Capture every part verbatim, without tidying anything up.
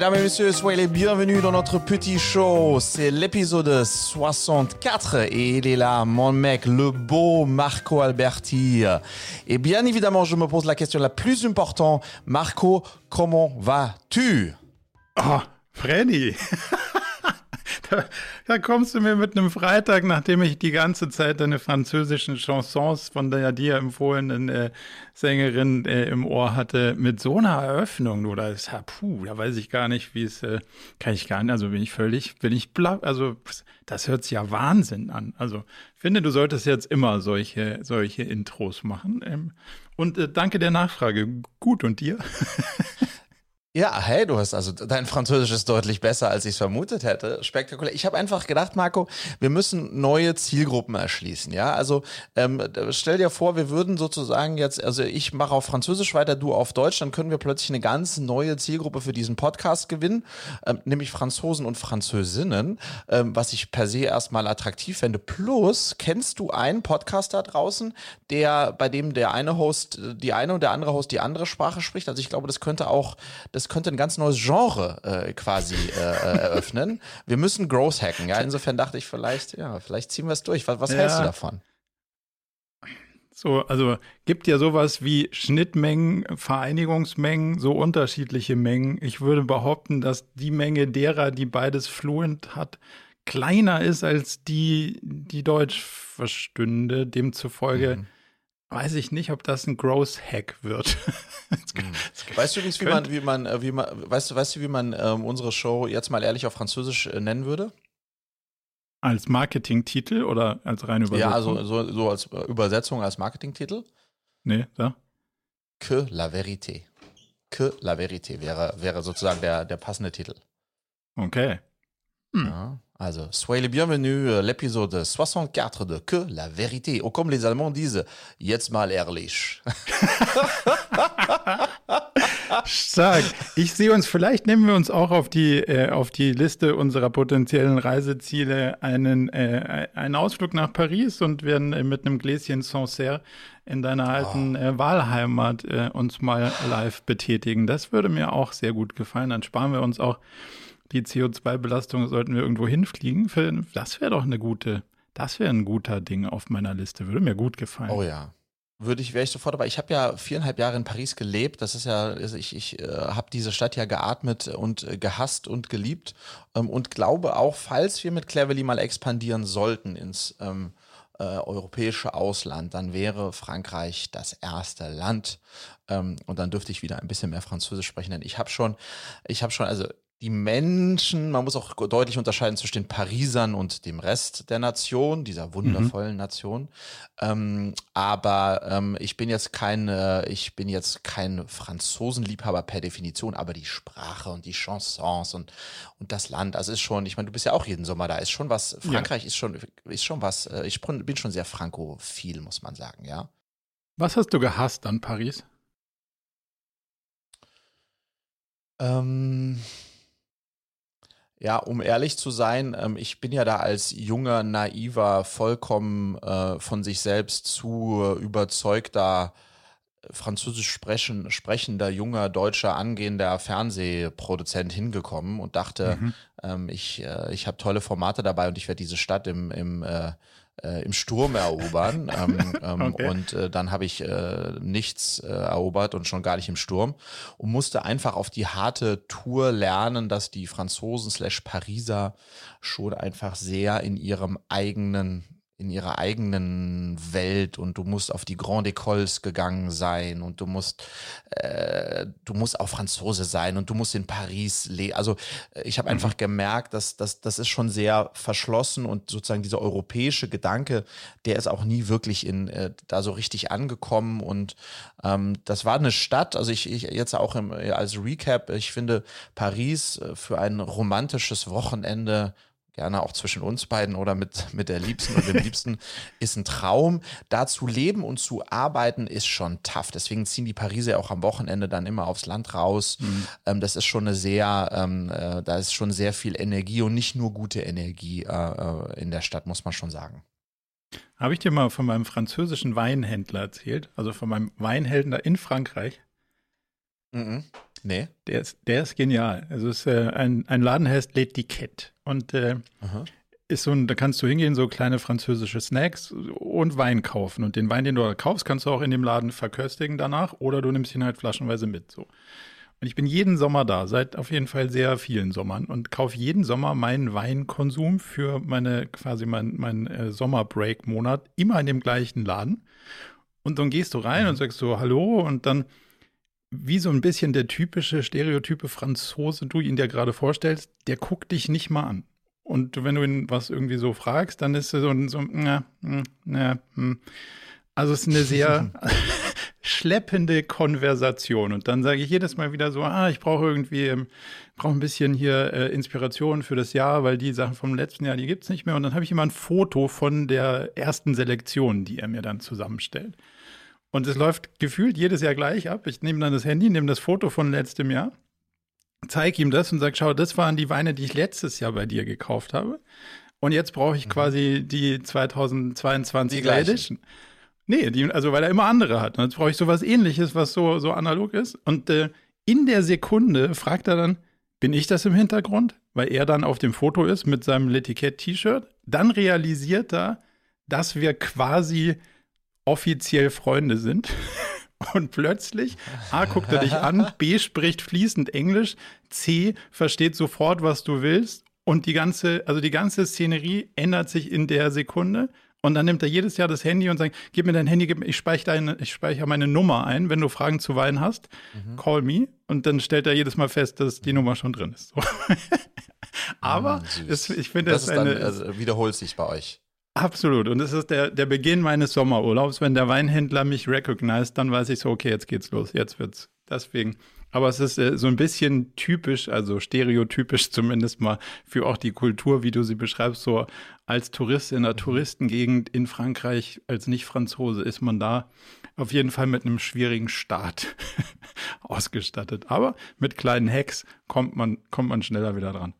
Mesdames et messieurs, soyez les bienvenus dans notre petit show. C'est l'épisode soixante-quatre et il est là, mon mec, le beau Marco Alberti. Et bien évidemment, je me pose la question la plus importante. Marco, comment vas-tu? Oh, Freddy. Da, da kommst du mir mit einem Freitag, nachdem ich die ganze Zeit deine französischen Chansons von der dir empfohlenen äh, Sängerin äh, im Ohr hatte, mit so einer Eröffnung, du, da ist, puh, da weiß ich gar nicht, wie es, äh, kann ich gar nicht, also bin ich völlig, bin ich blau, also das hört sich ja Wahnsinn an. Also ich finde, du solltest jetzt immer solche, solche Intros machen. Ähm, und äh, danke der Nachfrage. Gut, und dir? Ja, hey, du hast also, dein Französisch ist deutlich besser, als ich es vermutet hätte. Spektakulär. Ich habe einfach gedacht, Marco, wir müssen neue Zielgruppen erschließen, ja. Also ähm, stell dir vor, wir würden sozusagen jetzt, also ich mache auf Französisch weiter, du auf Deutsch, dann können wir plötzlich eine ganz neue Zielgruppe für diesen Podcast gewinnen, ähm, nämlich Franzosen und Französinnen, ähm, was ich per se erstmal attraktiv fände. Plus, kennst du einen Podcast da draußen, der, bei dem der eine Host die eine und der andere Host die andere Sprache spricht? Also ich glaube, das könnte auch, das könnte ein ganz neues Genre äh, quasi äh, eröffnen. Wir müssen Growth hacken, ja. Insofern dachte ich, vielleicht, ja, vielleicht ziehen wir es durch. Was, was Ja. hältst du davon? So, also gibt ja sowas wie Schnittmengen, Vereinigungsmengen, so unterschiedliche Mengen. Ich würde behaupten, dass die Menge derer, die beides fluent hat, kleiner ist als die, die Deutsch verstünde. Demzufolge Mhm. weiß ich nicht, ob das ein Growth-Hack wird. Weißt du übrigens, wie man, wie man, äh, wie man, weißt du, weißt du, wie man ähm, unsere Show jetzt mal ehrlich auf Französisch äh, nennen würde? Als Marketingtitel oder als reine Übersetzung? Ja, also so, so als äh, Übersetzung, als Marketingtitel. Nee, da? Que la vérité. Que la vérité wäre, wäre sozusagen der, der passende Titel. Okay. Hm. Ja, also, soyez les bienvenus, euh, l'épisode soixante-quatre de Que la vérité. Ou comme les Allemands disent, jetzt mal ehrlich. Stark. Ich sehe uns, vielleicht nehmen wir uns auch auf die, äh, auf die Liste unserer potenziellen Reiseziele einen, äh, einen Ausflug nach Paris und werden äh, mit einem Gläschen Sancerre in deiner alten äh, Wahlheimat äh, uns mal live betätigen. Das würde mir auch sehr gut gefallen. Dann sparen wir uns auch die C O zwei Belastung, sollten wir irgendwo hinfliegen. Für, das wäre doch eine gute, das wäre ein guter Ding auf meiner Liste. Würde mir gut gefallen. Oh ja. Würde ich, wäre ich sofort dabei. Ich habe ja viereinhalb Jahre in Paris gelebt. Das ist ja, also ich, ich äh, habe diese Stadt ja geatmet und äh, gehasst und geliebt ähm, und glaube auch, falls wir mit Cleverly mal expandieren sollten ins ähm, äh, europäische Ausland, dann wäre Frankreich das erste Land ähm, und dann dürfte ich wieder ein bisschen mehr Französisch sprechen. Denn ich habe schon, ich habe schon, also die Menschen, man muss auch deutlich unterscheiden zwischen den Parisern und dem Rest der Nation, dieser wundervollen mhm. Nation. Ähm, aber ähm, ich bin jetzt kein, äh, ich bin jetzt kein Franzosenliebhaber per Definition, aber die Sprache und die Chansons und und das Land, also ist schon, ich meine, du bist ja auch jeden Sommer da, ist schon was. Frankreich ja. ist schon, ist schon was. Äh, ich bin schon sehr frankophil, muss man sagen, ja. Was hast du gehasst an Paris? Ähm Ja, um ehrlich zu sein, ähm, ich bin ja da als junger, naiver, vollkommen äh, von sich selbst zu äh, überzeugter, äh, französisch sprechen, sprechender, junger, deutscher, angehender Fernsehproduzent hingekommen und dachte, Mhm. ähm, ich, äh, ich habe tolle Formate dabei und ich werde diese Stadt im, im äh, äh, im Sturm erobern. ähm, ähm, Okay. Und äh, dann habe ich äh, nichts äh, erobert und schon gar nicht im Sturm und musste einfach auf die harte Tour lernen, dass die Franzosen slash Pariser schon einfach sehr in ihrem eigenen in ihrer eigenen Welt und du musst auf die Grandes Écoles gegangen sein und du musst äh, du musst auch Franzose sein und du musst in Paris leben. Also äh, ich habe einfach gemerkt, dass, dass das ist schon sehr verschlossen und sozusagen dieser europäische Gedanke, der ist auch nie wirklich in äh, da so richtig angekommen und ähm, das war eine Stadt, also ich, ich jetzt auch im, als Recap, ich finde Paris äh, für ein romantisches Wochenende gerne auch zwischen uns beiden oder mit, mit der Liebsten oder dem Liebsten, ist ein Traum. Da zu leben und zu arbeiten ist schon tough. Deswegen ziehen die Pariser auch am Wochenende dann immer aufs Land raus. Mhm. Ähm, das ist schon eine sehr, ähm, äh, da ist schon sehr viel Energie und nicht nur gute Energie äh, in der Stadt, muss man schon sagen. Habe ich dir mal von meinem französischen Weinhändler erzählt? Also von meinem Weinhändler in Frankreich? Mhm. Nee. Der ist, der ist genial. Also es ist äh, ein, ein Laden heißt L'Etiquette und äh, ist so ein, da kannst du hingehen, so kleine französische Snacks und Wein kaufen. Und den Wein, den du da kaufst, kannst du auch in dem Laden verköstigen danach oder du nimmst ihn halt flaschenweise mit. So. Und ich bin jeden Sommer da, seit auf jeden Fall sehr vielen Sommern und kaufe jeden Sommer meinen Weinkonsum für meine quasi meinen mein, äh, Sommerbreak-Monat immer in dem gleichen Laden. Und dann gehst du rein mhm. und sagst so Hallo und dann wie so ein bisschen der typische, stereotype Franzose, du ihn dir gerade vorstellst, der guckt dich nicht mal an. Und wenn du ihn was irgendwie so fragst, dann ist er so, so na, na, hm. Also es ist eine sehr schleppende Konversation. Und dann sage ich jedes Mal wieder so, ah, ich brauche irgendwie, ähm, brauche ein bisschen hier äh, Inspiration für das Jahr, weil die Sachen vom letzten Jahr, die gibt's nicht mehr. Und dann habe ich immer ein Foto von der ersten Selektion, die er mir dann zusammenstellt. Und es läuft gefühlt jedes Jahr gleich ab. Ich nehme dann das Handy, nehme das Foto von letztem Jahr, zeige ihm das und sage, schau, das waren die Weine, die ich letztes Jahr bei dir gekauft habe. Und jetzt brauche ich mhm. quasi die zweitausendzweiundzwanziger Edition. Nee, die, also weil er immer andere hat. Und jetzt brauche ich sowas Ähnliches, was so, so analog ist. Und äh, in der Sekunde fragt er dann, bin ich das im Hintergrund? Weil er dann auf dem Foto ist mit seinem L'Etiquette-T-Shirt. Dann realisiert er, dass wir quasi offiziell Freunde sind. Und plötzlich, A, guckt er dich an, B, spricht fließend Englisch, C, versteht sofort, was du willst. Und die ganze, also die ganze Szenerie ändert sich in der Sekunde. Und dann nimmt er jedes Jahr das Handy und sagt, gib mir dein Handy, gib, ich speichere deine, ich speichere meine Nummer ein, wenn du Fragen zu Wein hast, mhm. call me. Und dann stellt er jedes Mal fest, dass die Nummer schon drin ist. So. Aber mhm, es, ich finde, das, das ist eine, dann, also, wiederholt sich bei euch. Absolut. Und es ist der, der Beginn meines Sommerurlaubs. Wenn der Weinhändler mich recognized, dann weiß ich so, okay, jetzt geht's los, jetzt wird's. Deswegen. Aber es ist äh, so ein bisschen typisch, also stereotypisch zumindest mal für auch die Kultur, wie du sie beschreibst, so als Tourist in einer Touristengegend in Frankreich, als Nicht-Franzose ist man da auf jeden Fall mit einem schwierigen Start ausgestattet. Aber mit kleinen Hacks kommt man, kommt man schneller wieder dran.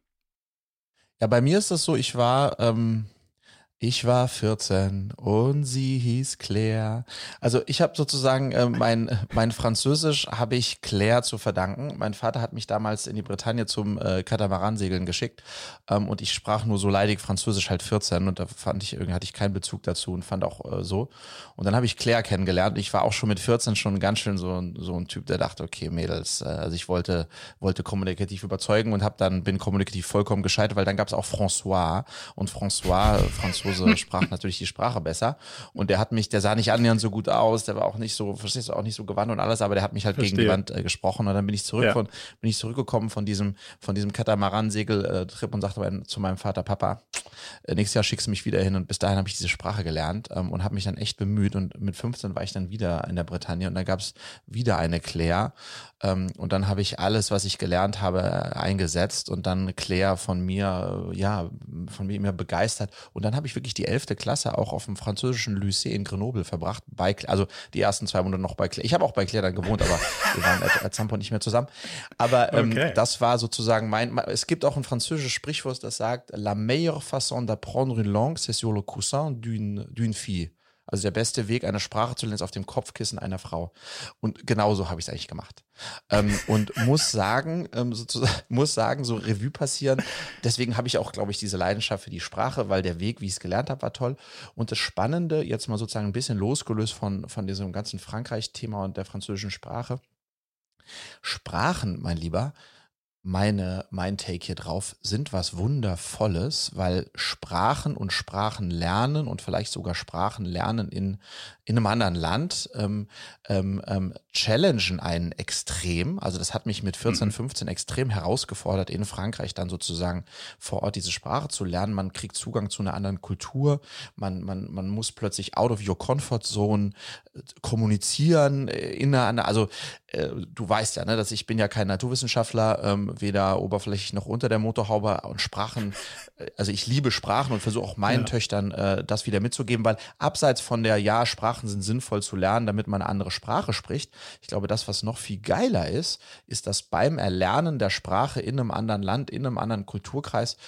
Ja, bei mir ist das so, ich war... Ähm Ich war vierzehn und sie hieß Claire. Also ich habe sozusagen äh, mein mein Französisch habe ich Claire zu verdanken. Mein Vater hat mich damals in die Bretagne zum äh, Katamaransegeln geschickt ähm, und ich sprach nur so leidig Französisch halt vierzehn und da fand ich irgendwie hatte ich keinen Bezug dazu und fand auch äh, so. Und dann habe ich Claire kennengelernt. Ich war auch schon mit vierzehn schon ganz schön so so ein Typ, der dachte, okay Mädels, äh, also ich wollte wollte kommunikativ überzeugen und habe dann bin kommunikativ vollkommen gescheitert, weil dann gab es auch François und François Franzose sprach natürlich die Sprache besser und der hat mich, der sah nicht annähernd so gut aus, der war auch nicht so, verstehst du, auch nicht so gewandt und alles, aber der hat mich halt Verstehe. gegen die Wand äh, gesprochen und dann bin ich zurück ja. von, bin ich zurückgekommen von diesem, von diesem Katamaran-Segel-Trip und sagte mein, zu meinem Vater, Papa, äh, nächstes Jahr schickst du mich wieder hin und bis dahin habe ich diese Sprache gelernt ähm, und habe mich dann echt bemüht und mit fünfzehn war ich dann wieder in der Bretagne und dann gab es wieder eine Claire ähm, und dann habe ich alles, was ich gelernt habe, eingesetzt und dann Claire von mir, äh, ja, von mir immer begeistert und dann habe ich wirklich die elfte Klasse auch auf dem französischen Lycée in Grenoble verbracht, bei, also die ersten zwei Monate noch bei Claire. Ich habe auch bei Claire dann gewohnt, aber wir waren at, at some point nicht mehr zusammen. Aber ähm, okay. das war sozusagen mein, es gibt auch ein französisches Sprichwort, das sagt, la meilleure façon d'apprendre une langue, c'est sur le coussin d'une, d'une fille. Also der beste Weg, eine Sprache zu lernen, ist auf dem Kopfkissen einer Frau. Und genauso habe ich es eigentlich gemacht. Ähm, und muss sagen, ähm, sozusagen, muss sagen, so Revue passieren. Deswegen habe ich auch, glaube ich, diese Leidenschaft für die Sprache, weil der Weg, wie ich es gelernt habe, war toll. Und das Spannende, jetzt mal sozusagen ein bisschen losgelöst von, von diesem ganzen Frankreich-Thema und der französischen Sprache. Sprachen, mein Lieber, meine, mein Take hier drauf, sind was Wundervolles, weil Sprachen und Sprachenlernen und vielleicht sogar Sprachenlernen in, in einem anderen Land ähm, ähm, ähm, challengen einen extrem. Also das hat mich mit vierzehn, fünfzehn extrem herausgefordert, in Frankreich dann sozusagen vor Ort diese Sprache zu lernen. Man kriegt Zugang zu einer anderen Kultur. Man, man, man muss plötzlich out of your comfort zone kommunizieren in einer, also äh, du weißt ja, ne, dass ich bin ja kein Naturwissenschaftler, ähm, weder oberflächlich noch unter der Motorhaube und Sprachen, also ich liebe Sprachen und versuche auch meinen ja. Töchtern äh, das wieder mitzugeben, weil abseits von der, ja, Sprachen sind sinnvoll zu lernen, damit man eine andere Sprache spricht, ich glaube, das, was noch viel geiler ist, ist, dass beim Erlernen der Sprache in einem anderen Land, in einem anderen Kulturkreis,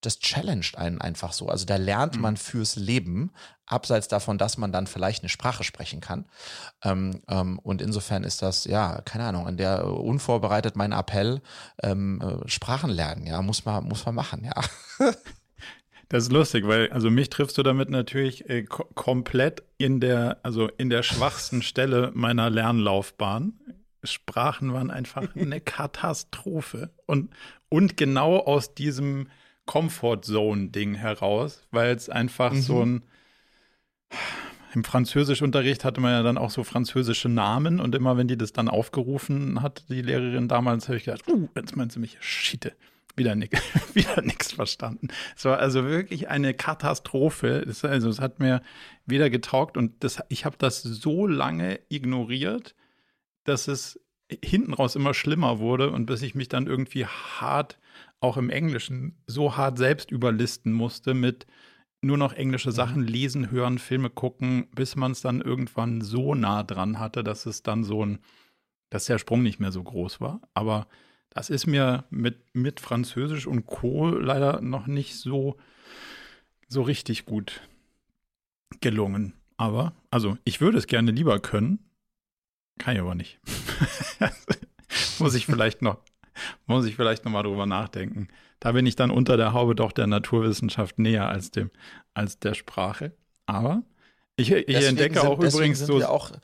das challenged einen einfach so. Also da lernt man fürs Leben, abseits davon, dass man dann vielleicht eine Sprache sprechen kann. Ähm, ähm, und insofern ist das, ja, keine Ahnung, an der unvorbereitet mein Appell, ähm, äh, Sprachen lernen, ja, muss man, muss man machen, ja. Das ist lustig, weil also mich triffst du damit natürlich äh, ko- komplett in der, also in der schwachsten Stelle meiner Lernlaufbahn. Sprachen waren einfach eine Katastrophe. Und, und genau aus diesem Comfort-Zone-Ding heraus, weil es einfach Mhm. so ein im Französischunterricht hatte man ja dann auch so französische Namen und immer wenn die das dann aufgerufen hat, die Lehrerin damals, habe ich gedacht, uh, jetzt meint sie mich, Schitte. Wieder nichts wieder nix verstanden. Es war also wirklich eine Katastrophe. Es, also es hat mir weder getaugt und das, ich habe das so lange ignoriert, dass es hinten raus immer schlimmer wurde und bis ich mich dann irgendwie hart, auch im Englischen, so hart selbst überlisten musste mit nur noch englische Sachen lesen, hören, Filme gucken, bis man es dann irgendwann so nah dran hatte, dass es dann so ein, dass der Sprung nicht mehr so groß war. Aber das ist mir mit, mit Französisch und Co. leider noch nicht so, so richtig gut gelungen. Aber, also, ich würde es gerne lieber können, kann ich aber nicht. muss ich vielleicht noch, muss ich vielleicht noch mal drüber nachdenken. Da bin ich dann unter der Haube doch der Naturwissenschaft näher als dem, als der Sprache. Aber ich, ich Deswegen entdecke sind- auch deswegen übrigens sind so. wir auch,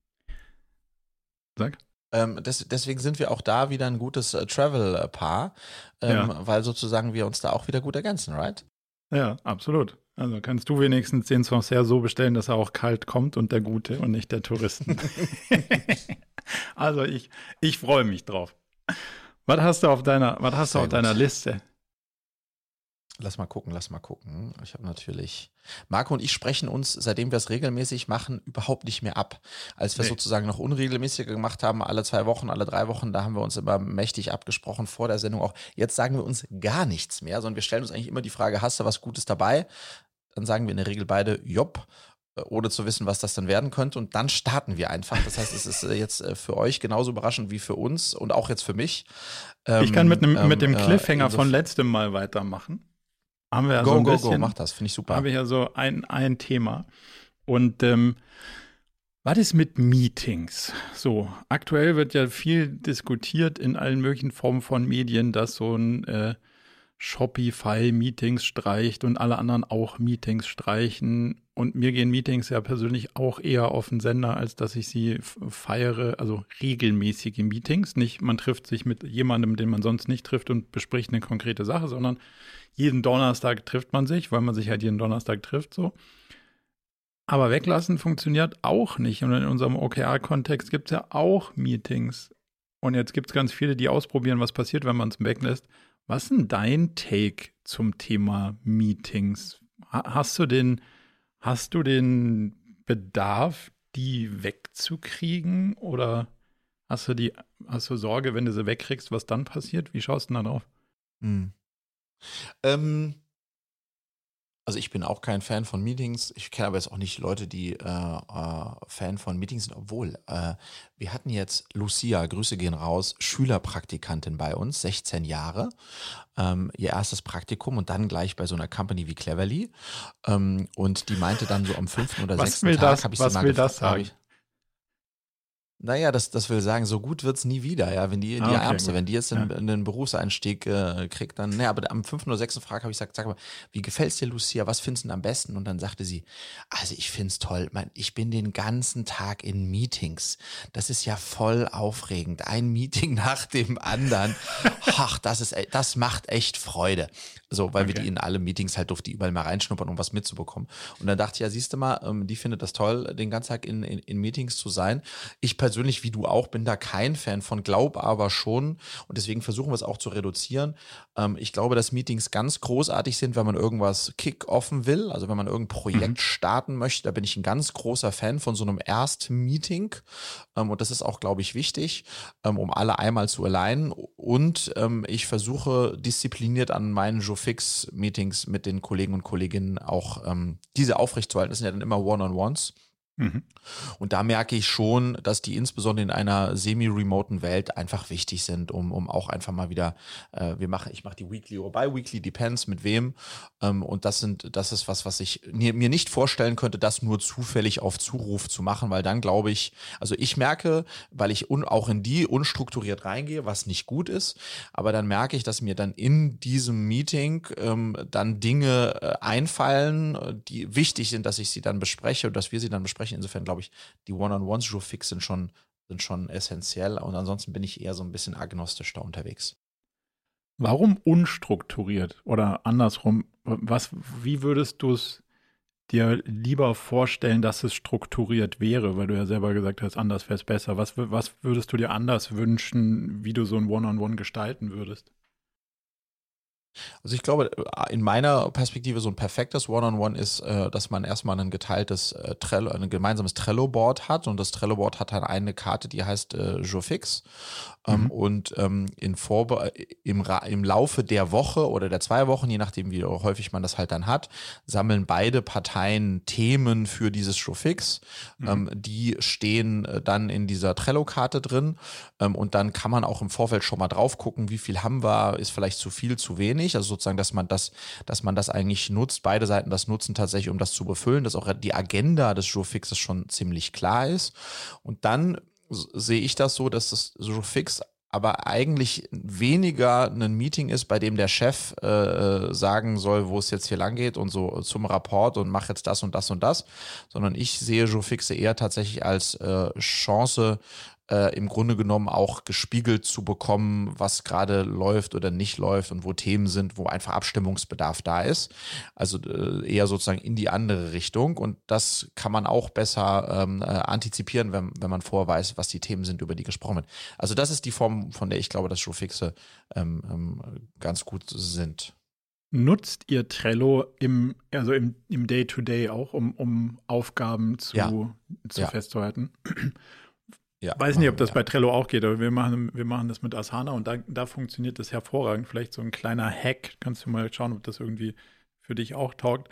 Sag. Ähm, des, deswegen sind wir auch da wieder ein gutes äh, Travel-Paar, ähm, Ja. weil sozusagen wir uns da auch wieder gut ergänzen, right? Ja, absolut. Also kannst du wenigstens den Sancerre so bestellen, dass er auch kalt kommt und der Gute und nicht der Touristen. Also ich, ich freue mich drauf. Was hast du auf deiner, was hast du Sehr auf deiner gut. Liste? Lass mal gucken, lass mal gucken. Ich habe natürlich, Marco und ich sprechen uns, seitdem wir es regelmäßig machen, überhaupt nicht mehr ab. Als wir Nee. sozusagen noch unregelmäßiger gemacht haben, alle zwei Wochen, alle drei Wochen, da haben wir uns immer mächtig abgesprochen vor der Sendung auch. Jetzt sagen wir uns gar nichts mehr, sondern wir stellen uns eigentlich immer die Frage, hast du was Gutes dabei? Dann sagen wir in der Regel beide, jopp, äh, ohne zu wissen, was das dann werden könnte. Und dann starten wir einfach. Das heißt, es ist äh, jetzt äh, für euch genauso überraschend wie für uns und auch jetzt für mich. Ähm, Ich kann mit, nem, ähm, mit dem äh, Cliffhanger von insofern- letztem Mal weitermachen. Haben wir ja Go, so ein go, bisschen, go, mach das, finde ich super. habe ich ja so ein, ein Thema. Und ähm, was ist mit Meetings? So, aktuell wird ja viel diskutiert in allen möglichen Formen von Medien, dass so ein äh, Shopify Meetings streicht und alle anderen auch Meetings streichen. Und mir gehen Meetings ja persönlich auch eher auf den Sender, als dass ich sie f- feiere, also regelmäßige Meetings. Nicht, man trifft sich mit jemandem, den man sonst nicht trifft und bespricht eine konkrete Sache, sondern jeden Donnerstag trifft man sich, weil man sich halt jeden Donnerstag trifft, so. Aber weglassen funktioniert auch nicht. Und in unserem O K R-Kontext gibt es ja auch Meetings. Und jetzt gibt es ganz viele, die ausprobieren, was passiert, wenn man es weglässt. Was ist denn dein Take zum Thema Meetings? Ha- Hast du den, hast du den Bedarf, die wegzukriegen? Oder hast du die, hast du Sorge, wenn du sie wegkriegst, was dann passiert? Wie schaust du denn da drauf? Hm. Ähm, also ich bin auch kein Fan von Meetings. Ich kenne aber jetzt auch nicht Leute, die äh, äh, Fan von Meetings sind, obwohl äh, wir hatten jetzt Lucia, Grüße gehen raus, Schülerpraktikantin bei uns, sechzehn Jahre, ähm, ihr erstes Praktikum und dann gleich bei so einer Company wie Cleverly. Ähm, und die meinte dann so am fünften oder Was sechsten will Tag, das- habe ich was sie mal will das gefragt, hab sagen? ich, Naja, das, das will sagen, so gut wird's nie wieder, ja. Wenn die, die Ah, okay, Ärmste, gut. wenn die jetzt einen, Ja. einen Berufseinstieg äh, kriegt, dann, naja, aber am fünften oder sechsten Frag habe ich gesagt, sag mal, wie gefällt's dir, Lucia? Was findest du denn am besten? Und dann sagte sie, also ich find's toll, man, ich bin den ganzen Tag in Meetings. Das ist ja voll aufregend. Ein Meeting nach dem anderen. Ach, das ist, e- das macht echt Freude. So, weil wir Okay. die in alle Meetings halt durfte überall mal reinschnuppern, um was mitzubekommen. Und dann dachte ich, ja, siehst du mal, ähm, die findet das toll, den ganzen Tag in, in, in Meetings zu sein. Ich persönlich, wie du auch, bin da kein Fan von, glaub aber schon. Und deswegen versuchen wir es auch zu reduzieren. Ähm, ich glaube, dass Meetings ganz großartig sind, wenn man irgendwas kick-offen will, also wenn man irgendein Projekt Mhm. starten möchte. Da bin ich ein ganz großer Fan von so einem Erst-Meeting. Ähm, und das ist auch, glaube ich, wichtig, ähm, um alle einmal zu alignen. Und ähm, ich versuche diszipliniert an meinen Joe-Fix-Meetings mit den Kollegen und Kolleginnen auch ähm, diese aufrechtzuerhalten. Das sind ja dann immer One-on-Ones. Mhm. Und da merke ich schon, dass die insbesondere in einer semi-remoten Welt einfach wichtig sind, um, um auch einfach mal wieder, äh, wir machen, ich mache die Weekly oder Bi-Weekly, depends mit wem. Ähm, und das sind, das ist was, was ich mir, mir nicht vorstellen könnte, das nur zufällig auf Zuruf zu machen, weil dann glaube ich, also ich merke, weil ich un, auch in die unstrukturiert reingehe, was nicht gut ist, aber dann merke ich, dass mir dann in diesem Meeting ähm, dann Dinge äh, einfallen, die wichtig sind, dass ich sie dann bespreche und dass wir sie dann besprechen. Insofern glaube ich, die One-on-Ones Jour fix sind schon, sind schon essentiell und ansonsten bin ich eher so ein bisschen agnostisch da unterwegs. Warum unstrukturiert? Oder andersrum, was, wie würdest du es dir lieber vorstellen, dass es strukturiert wäre? Weil du ja selber gesagt hast, anders wäre es besser. Was, was würdest du dir anders wünschen, wie du so ein One-on-One gestalten würdest? Also ich glaube, in meiner Perspektive so ein perfektes One-on-One ist, äh, dass man erstmal ein geteiltes äh, Trello, ein gemeinsames Trello-Board hat und das Trello-Board hat dann eine Karte, die heißt äh, Jour fix. Ähm, Mhm. und ähm, in Vorbe im, Ra im Laufe der Woche oder der zwei Wochen, je nachdem wie häufig man das halt dann hat, sammeln beide Parteien Themen für dieses Jour fix. Mhm. Ähm, die stehen äh, dann in dieser Trello-Karte drin ähm, und dann kann man auch im Vorfeld schon mal drauf gucken, wie viel haben wir, ist vielleicht zu viel, zu wenig. Also sozusagen, dass man das, dass man das eigentlich nutzt, beide Seiten das nutzen tatsächlich, um das zu befüllen, dass auch die Agenda des Jour fixes schon ziemlich klar ist. Und dann sehe ich das so, dass das Jour fix aber eigentlich weniger ein Meeting ist, bei dem der Chef äh, sagen soll, wo es jetzt hier lang geht und so zum Rapport und mach jetzt das und das und das, sondern ich sehe Jour fixe eher tatsächlich als äh, Chance, äh, im Grunde genommen auch gespiegelt zu bekommen, was gerade läuft oder nicht läuft und wo Themen sind, wo einfach Abstimmungsbedarf da ist. Also äh, eher sozusagen in die andere Richtung. Und das kann man auch besser ähm, äh, antizipieren, wenn, wenn man vorher weiß, was die Themen sind, über die gesprochen wird. Also das ist die Form, von der ich glaube, dass Jour fixe ähm, ähm, ganz gut sind. Nutzt ihr Trello im, also im, im Day-to-Day auch, um, um Aufgaben zu, Ja. zu Ja. festzuhalten? Ja, Weiß nicht, ob das wir, bei ja. Trello auch geht, aber wir machen, wir machen das mit Asana und da, da funktioniert das hervorragend. Vielleicht so ein kleiner Hack, kannst du mal schauen, ob das irgendwie für dich auch taugt.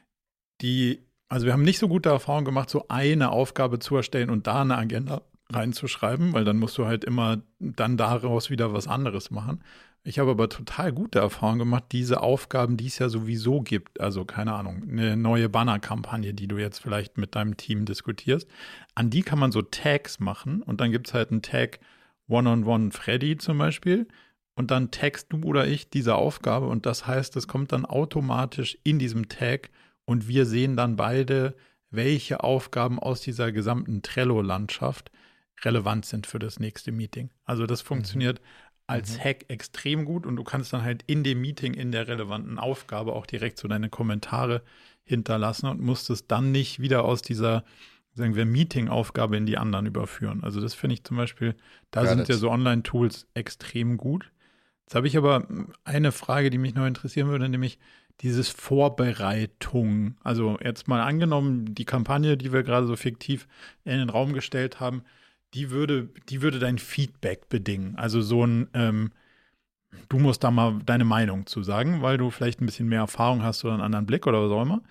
Die, also wir haben nicht so gute Erfahrungen gemacht, so eine Aufgabe zu erstellen und da eine Agenda reinzuschreiben, weil dann musst du halt immer dann daraus wieder was anderes machen. Ich habe aber total gute Erfahrungen gemacht, diese Aufgaben, die es ja sowieso gibt, also keine Ahnung, eine neue Banner-Kampagne, die du jetzt vielleicht mit deinem Team diskutierst, an die kann man so Tags machen und dann gibt es halt einen Tag One-on-One Freddy zum Beispiel und dann tagst du oder ich diese Aufgabe und das heißt, es kommt dann automatisch in diesem Tag und wir sehen dann beide, welche Aufgaben aus dieser gesamten Trello-Landschaft relevant sind für das nächste Meeting. Also das funktioniert mhm. als mhm. Hack extrem gut und du kannst dann halt in dem Meeting, in der relevanten Aufgabe auch direkt so deine Kommentare hinterlassen und musst es dann nicht wieder aus dieser, sagen wir, Meeting-Aufgabe in die anderen überführen. Also das finde ich zum Beispiel, da Got sind it. ja so Online-Tools extrem gut. Jetzt habe ich aber eine Frage, die mich noch interessieren würde, nämlich dieses Vorbereitung. Also jetzt mal angenommen, die Kampagne, die wir gerade so fiktiv in den Raum gestellt haben, die würde, die würde dein Feedback bedingen. Also so ein, ähm, du musst da mal deine Meinung zu sagen, weil du vielleicht ein bisschen mehr Erfahrung hast oder einen anderen Blick oder was auch immer.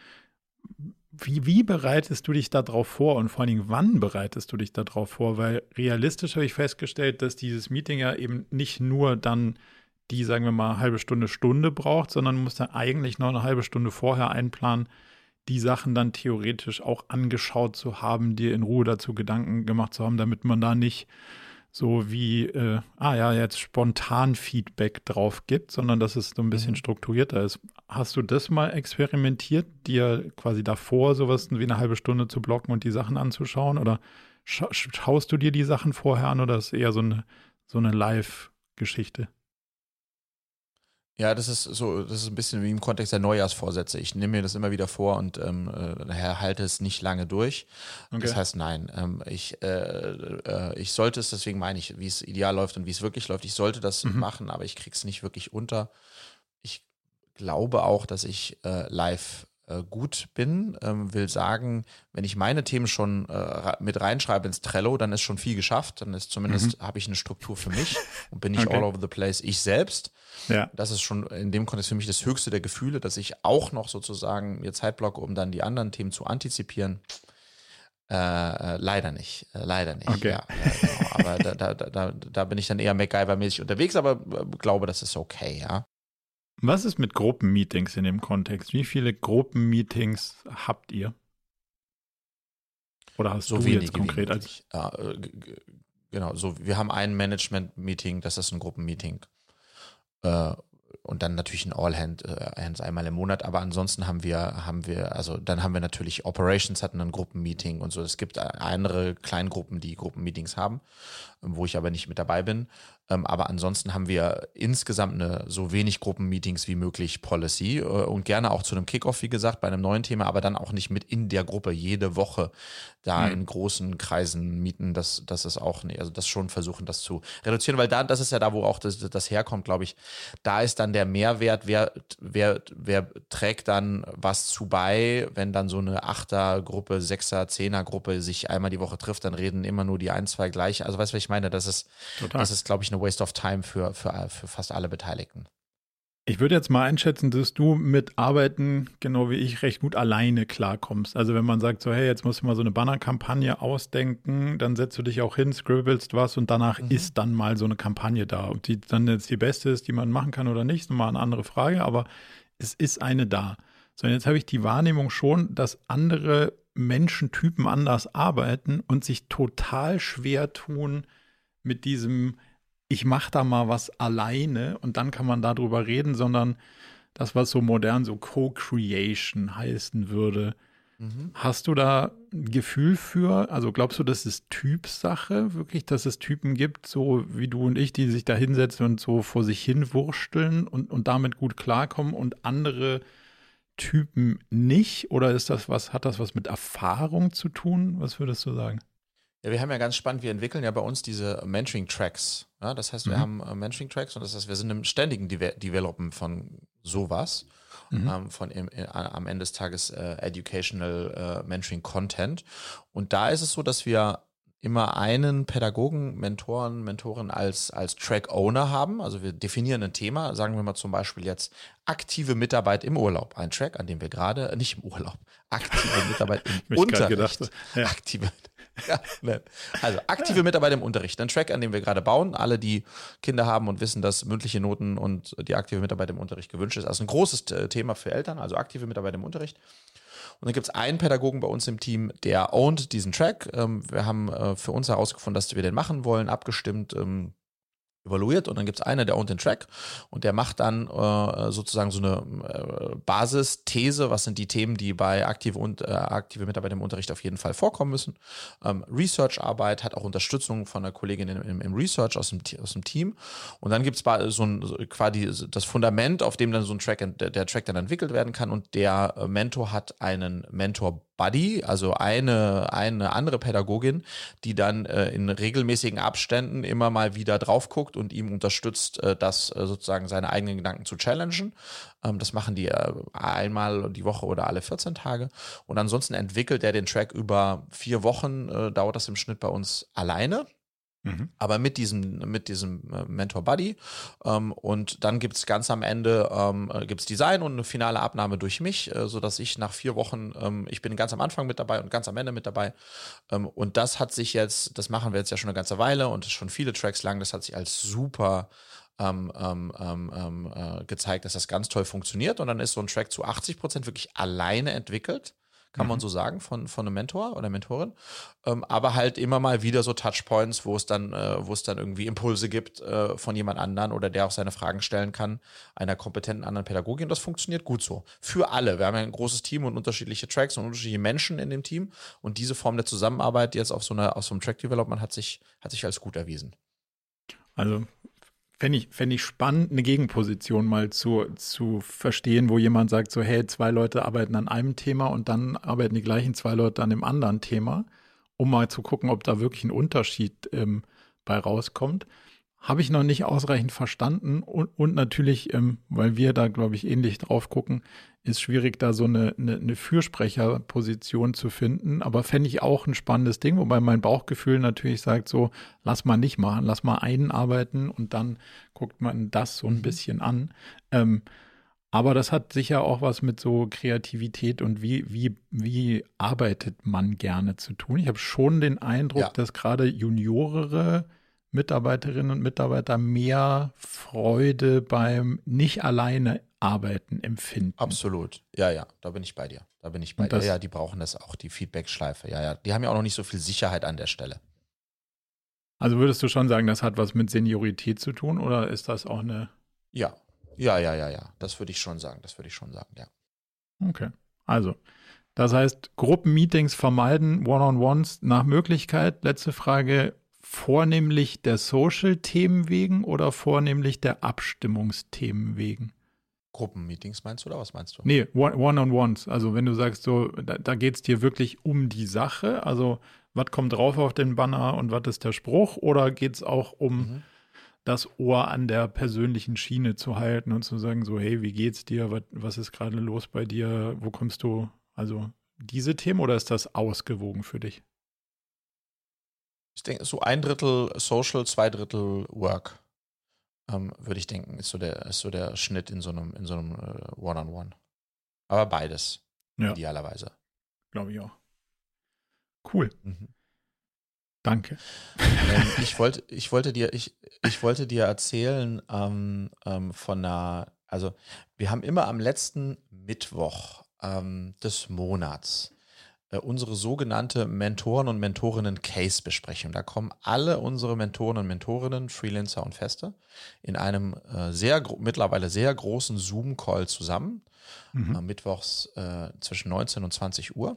Wie, wie bereitest du dich darauf vor und vor allen Dingen, wann bereitest du dich darauf vor? Weil realistisch habe ich festgestellt, dass dieses Meeting ja eben nicht nur dann die, sagen wir mal, halbe Stunde, Stunde braucht, sondern muss dann eigentlich noch eine halbe Stunde vorher einplanen, die Sachen dann theoretisch auch angeschaut zu haben, dir in Ruhe dazu Gedanken gemacht zu haben, damit man da nicht so wie, äh, ah ja, jetzt spontan Feedback drauf gibt, sondern dass es so ein bisschen mhm. strukturierter ist. Hast du das mal experimentiert, dir quasi davor sowas wie eine halbe Stunde zu blocken und die Sachen anzuschauen? Oder scha- schaust du dir die Sachen vorher an oder ist es eher so eine, so eine Live-Geschichte? Ja, das ist so, das ist ein bisschen wie im Kontext der Neujahrsvorsätze. Ich nehme mir das immer wieder vor und ähm, äh, halte es nicht lange durch. Okay. Das heißt, nein, ähm, ich, äh, äh, ich sollte es, deswegen meine ich, wie es ideal läuft und wie es wirklich läuft. Ich sollte das mhm. machen, aber ich krieg's nicht wirklich unter. Ich glaube auch, dass ich äh, live äh, gut bin. Ähm, will sagen, wenn ich meine Themen schon äh, mit reinschreibe ins Trello, dann ist schon viel geschafft. Dann ist zumindest, mhm. habe ich eine Struktur für mich und bin nicht okay. all over the place ich selbst. Ja. Das ist schon in dem Kontext für mich das höchste der Gefühle, dass ich auch noch sozusagen mir Zeit blocke, um dann die anderen Themen zu antizipieren. Äh, äh, leider nicht, äh, leider nicht. Okay. Ja, ja, genau. Aber da, da, da, da bin ich dann eher MacGyver-mäßig unterwegs, aber äh, glaube, das ist okay, ja. Was ist mit Gruppenmeetings in dem Kontext? Wie viele Gruppenmeetings habt ihr? Oder hast So du wenige jetzt konkret wie als? möglich. Ja, äh, g- g- genau, so wir haben ein Management-Meeting, das ist ein Gruppenmeeting. Äh, und dann natürlich ein All-Hand, äh, Hands einmal im Monat, aber ansonsten haben wir, haben wir, also dann haben wir natürlich Operations hatten ein Gruppenmeeting und so. Es gibt andere Kleingruppen, die Gruppenmeetings haben, ähm, wo ich aber nicht mit dabei bin. Ähm, aber ansonsten haben wir insgesamt eine so wenig Gruppenmeetings wie möglich Policy äh, und gerne auch zu einem Kickoff, wie gesagt, bei einem neuen Thema, aber dann auch nicht mit in der Gruppe jede Woche da Hm. in großen Kreisen mieten. Das, das ist auch, nee, also das schon versuchen, das zu reduzieren, weil da, das ist ja da, wo auch das, das herkommt, glaube ich. Da ist dann der Mehrwert, wer, wer, wer trägt dann was zu bei, wenn dann so eine Achter-Gruppe, Sechser-, Zehner-Gruppe sich einmal die Woche trifft, dann reden immer nur die ein, zwei gleich. Also weißt du, was ich meine? Das ist, Total. das ist, glaube ich, eine Waste of Time für, für, für fast alle Beteiligten. Ich würde jetzt mal einschätzen, dass du mit Arbeiten, genau wie ich, recht gut alleine klarkommst. Also wenn man sagt so, hey, jetzt musst du mal so eine Bannerkampagne ausdenken, dann setzt du dich auch hin, scribbelst was und danach Mhm. ist dann mal so eine Kampagne da. Ob die dann jetzt die beste ist, die man machen kann oder nicht, ist nochmal eine andere Frage, aber es ist eine da. So, und jetzt habe ich die Wahrnehmung schon, dass andere Menschentypen anders arbeiten und sich total schwer tun mit diesem ich mache da mal was alleine und dann kann man darüber reden, sondern das, was so modern so Co-Creation heißen würde. Mhm. Hast du da ein Gefühl für, also glaubst du, das ist Typsache, wirklich, dass es Typen gibt, so wie du und ich, die sich da hinsetzen und so vor sich hin wursteln und, und damit gut klarkommen und andere Typen nicht? Oder ist das was, hat das was mit Erfahrung zu tun? Was würdest du sagen? Ja, wir haben ja ganz spannend, wir entwickeln ja bei uns diese Mentoring-Tracks. Ja, das heißt, wir Mhm. haben äh, Mentoring-Tracks und das heißt, wir sind im ständigen Deve Developen von sowas, Mhm. ähm, von im, äh, am Ende des Tages äh, Educational äh, Mentoring-Content. Und da ist es so, dass wir immer einen Pädagogen, Mentoren, Mentorin als, als Track-Owner haben. Also wir definieren ein Thema, sagen wir mal zum Beispiel jetzt aktive Mitarbeit im Urlaub. Ein Track, an dem wir gerade, äh, nicht im Urlaub, aktive Mitarbeit im Hab ich grad Unterricht. gedacht, ja. Aktive Ja, ne. Also aktive Mitarbeit im Unterricht. Ein Track, an dem wir gerade bauen. Alle, die Kinder haben und wissen, dass mündliche Noten und die aktive Mitarbeit im Unterricht gewünscht ist. Also ein großes äh, Thema für Eltern, also aktive Mitarbeit im Unterricht. Und dann gibt es einen Pädagogen bei uns im Team, der ownt diesen Track. Ähm, wir haben äh, für uns herausgefunden, dass wir den machen wollen, abgestimmt, ähm, evaluiert und dann gibt es einen, der ownt den Track und der macht dann äh, sozusagen so eine äh, Basisthese, was sind die Themen, die bei aktive, und, äh, aktive Mitarbeit im Unterricht auf jeden Fall vorkommen müssen. Ähm, Research-Arbeit, hat auch Unterstützung von einer Kollegin im, im Research aus dem, aus dem Team und dann gibt es so ein, so quasi das Fundament, auf dem dann so ein Track, der, der Track dann entwickelt werden kann und der äh, Mentor hat einen Mentor Buddy, also eine, eine andere Pädagogin, die dann äh, in regelmäßigen Abständen immer mal wieder drauf guckt und ihm unterstützt, äh, das äh, sozusagen seine eigenen Gedanken zu challengen. Ähm, das machen die äh, einmal die Woche oder alle vierzehn Tage. Und ansonsten entwickelt er den Track über vier Wochen, äh, dauert das im Schnitt bei uns alleine. Mhm. Aber mit diesem, mit diesem äh, Mentor Buddy ähm, und dann gibt es ganz am Ende ähm, gibt's Design und eine finale Abnahme durch mich, äh, sodass ich nach vier Wochen, ähm, ich bin ganz am Anfang mit dabei und ganz am Ende mit dabei ähm, und das hat sich jetzt, das machen wir jetzt ja schon eine ganze Weile und ist schon viele Tracks lang, das hat sich als super ähm, ähm, ähm, äh, gezeigt, dass das ganz toll funktioniert und dann ist so ein Track zu achtzig Prozent wirklich alleine entwickelt. Kann man so sagen, von, von einem Mentor oder Mentorin. Ähm, aber halt immer mal wieder so Touchpoints, wo es dann, äh, wo es dann irgendwie Impulse gibt äh, von jemand anderen oder der auch seine Fragen stellen kann, einer kompetenten anderen Pädagogin. Das funktioniert gut so. Für alle. Wir haben ja ein großes Team und unterschiedliche Tracks und unterschiedliche Menschen in dem Team. Und diese Form der Zusammenarbeit jetzt auf so einer, auf so einem Track-Development hat sich, hat sich als gut erwiesen. Also fände ich, fänd ich spannend, eine Gegenposition mal zu, zu verstehen, wo jemand sagt, so, hey, zwei Leute arbeiten an einem Thema und dann arbeiten die gleichen zwei Leute an dem anderen Thema, um mal zu gucken, ob da wirklich ein Unterschied ähm, bei rauskommt. Habe ich noch nicht ausreichend verstanden und, und natürlich, ähm, weil wir da, glaube ich, ähnlich drauf gucken, ist schwierig, da so eine, eine, eine Fürsprecherposition zu finden. Aber fände ich auch ein spannendes Ding, wobei mein Bauchgefühl natürlich sagt so, lass mal nicht machen, lass mal einen arbeiten und dann guckt man das so ein bisschen an. Ähm, Aber das hat sicher auch was mit so Kreativität und wie, wie, wie arbeitet man gerne zu tun. Ich habe schon den Eindruck, Ja. dass gerade juniorere Mitarbeiterinnen und Mitarbeiter mehr Freude beim nicht alleine arbeiten empfinden. Absolut. Ja, ja, da bin ich bei dir. Da bin ich bei Und dir. das- Ja, die brauchen das auch, die Feedback-Schleife. Ja, ja. Die haben ja auch noch nicht so viel Sicherheit an der Stelle. Also würdest du schon sagen, das hat was mit Seniorität zu tun oder ist das auch eine. Ja, ja, ja, ja, ja. Das würde ich schon sagen. Das würde ich schon sagen, ja. Okay. Also, das heißt, Gruppenmeetings vermeiden, One-on-Ones nach Möglichkeit. Letzte Frage, vornehmlich der Social-Themen wegen oder vornehmlich der Abstimmungsthemen wegen? Gruppenmeetings meinst du oder was meinst du? Nee, One- One-on-Ones. Also wenn du sagst, so, da, da geht es dir wirklich um die Sache, also was kommt drauf auf den Banner und was ist der Spruch, oder geht es auch um Mhm. das Ohr an der persönlichen Schiene zu halten und zu sagen, so, hey, wie geht's dir, was, was ist gerade los bei dir, wo kommst du, also diese Themen, oder ist das ausgewogen für dich? Ich denke, so ein Drittel Social, zwei Drittel Work, ähm, würde ich denken, ist so der, ist so der Schnitt in so einem, in so einem äh, One-on-One. Aber beides, Ja, idealerweise. glaube ich auch. Cool, Mhm. danke. Ähm, ich wollte, ich wollte dir, ich, ich wollte dir erzählen ähm, ähm, von einer, also wir haben immer am letzten Mittwoch ähm, des Monats äh, unsere sogenannte Mentoren- und Mentorinnen-Case-Besprechung. Da kommen alle unsere Mentoren und Mentorinnen, Freelancer und Feste, in einem äh, sehr gro- mittlerweile sehr großen Zoom-Call zusammen, Mhm. äh, mittwochs äh, zwischen neunzehn und zwanzig Uhr.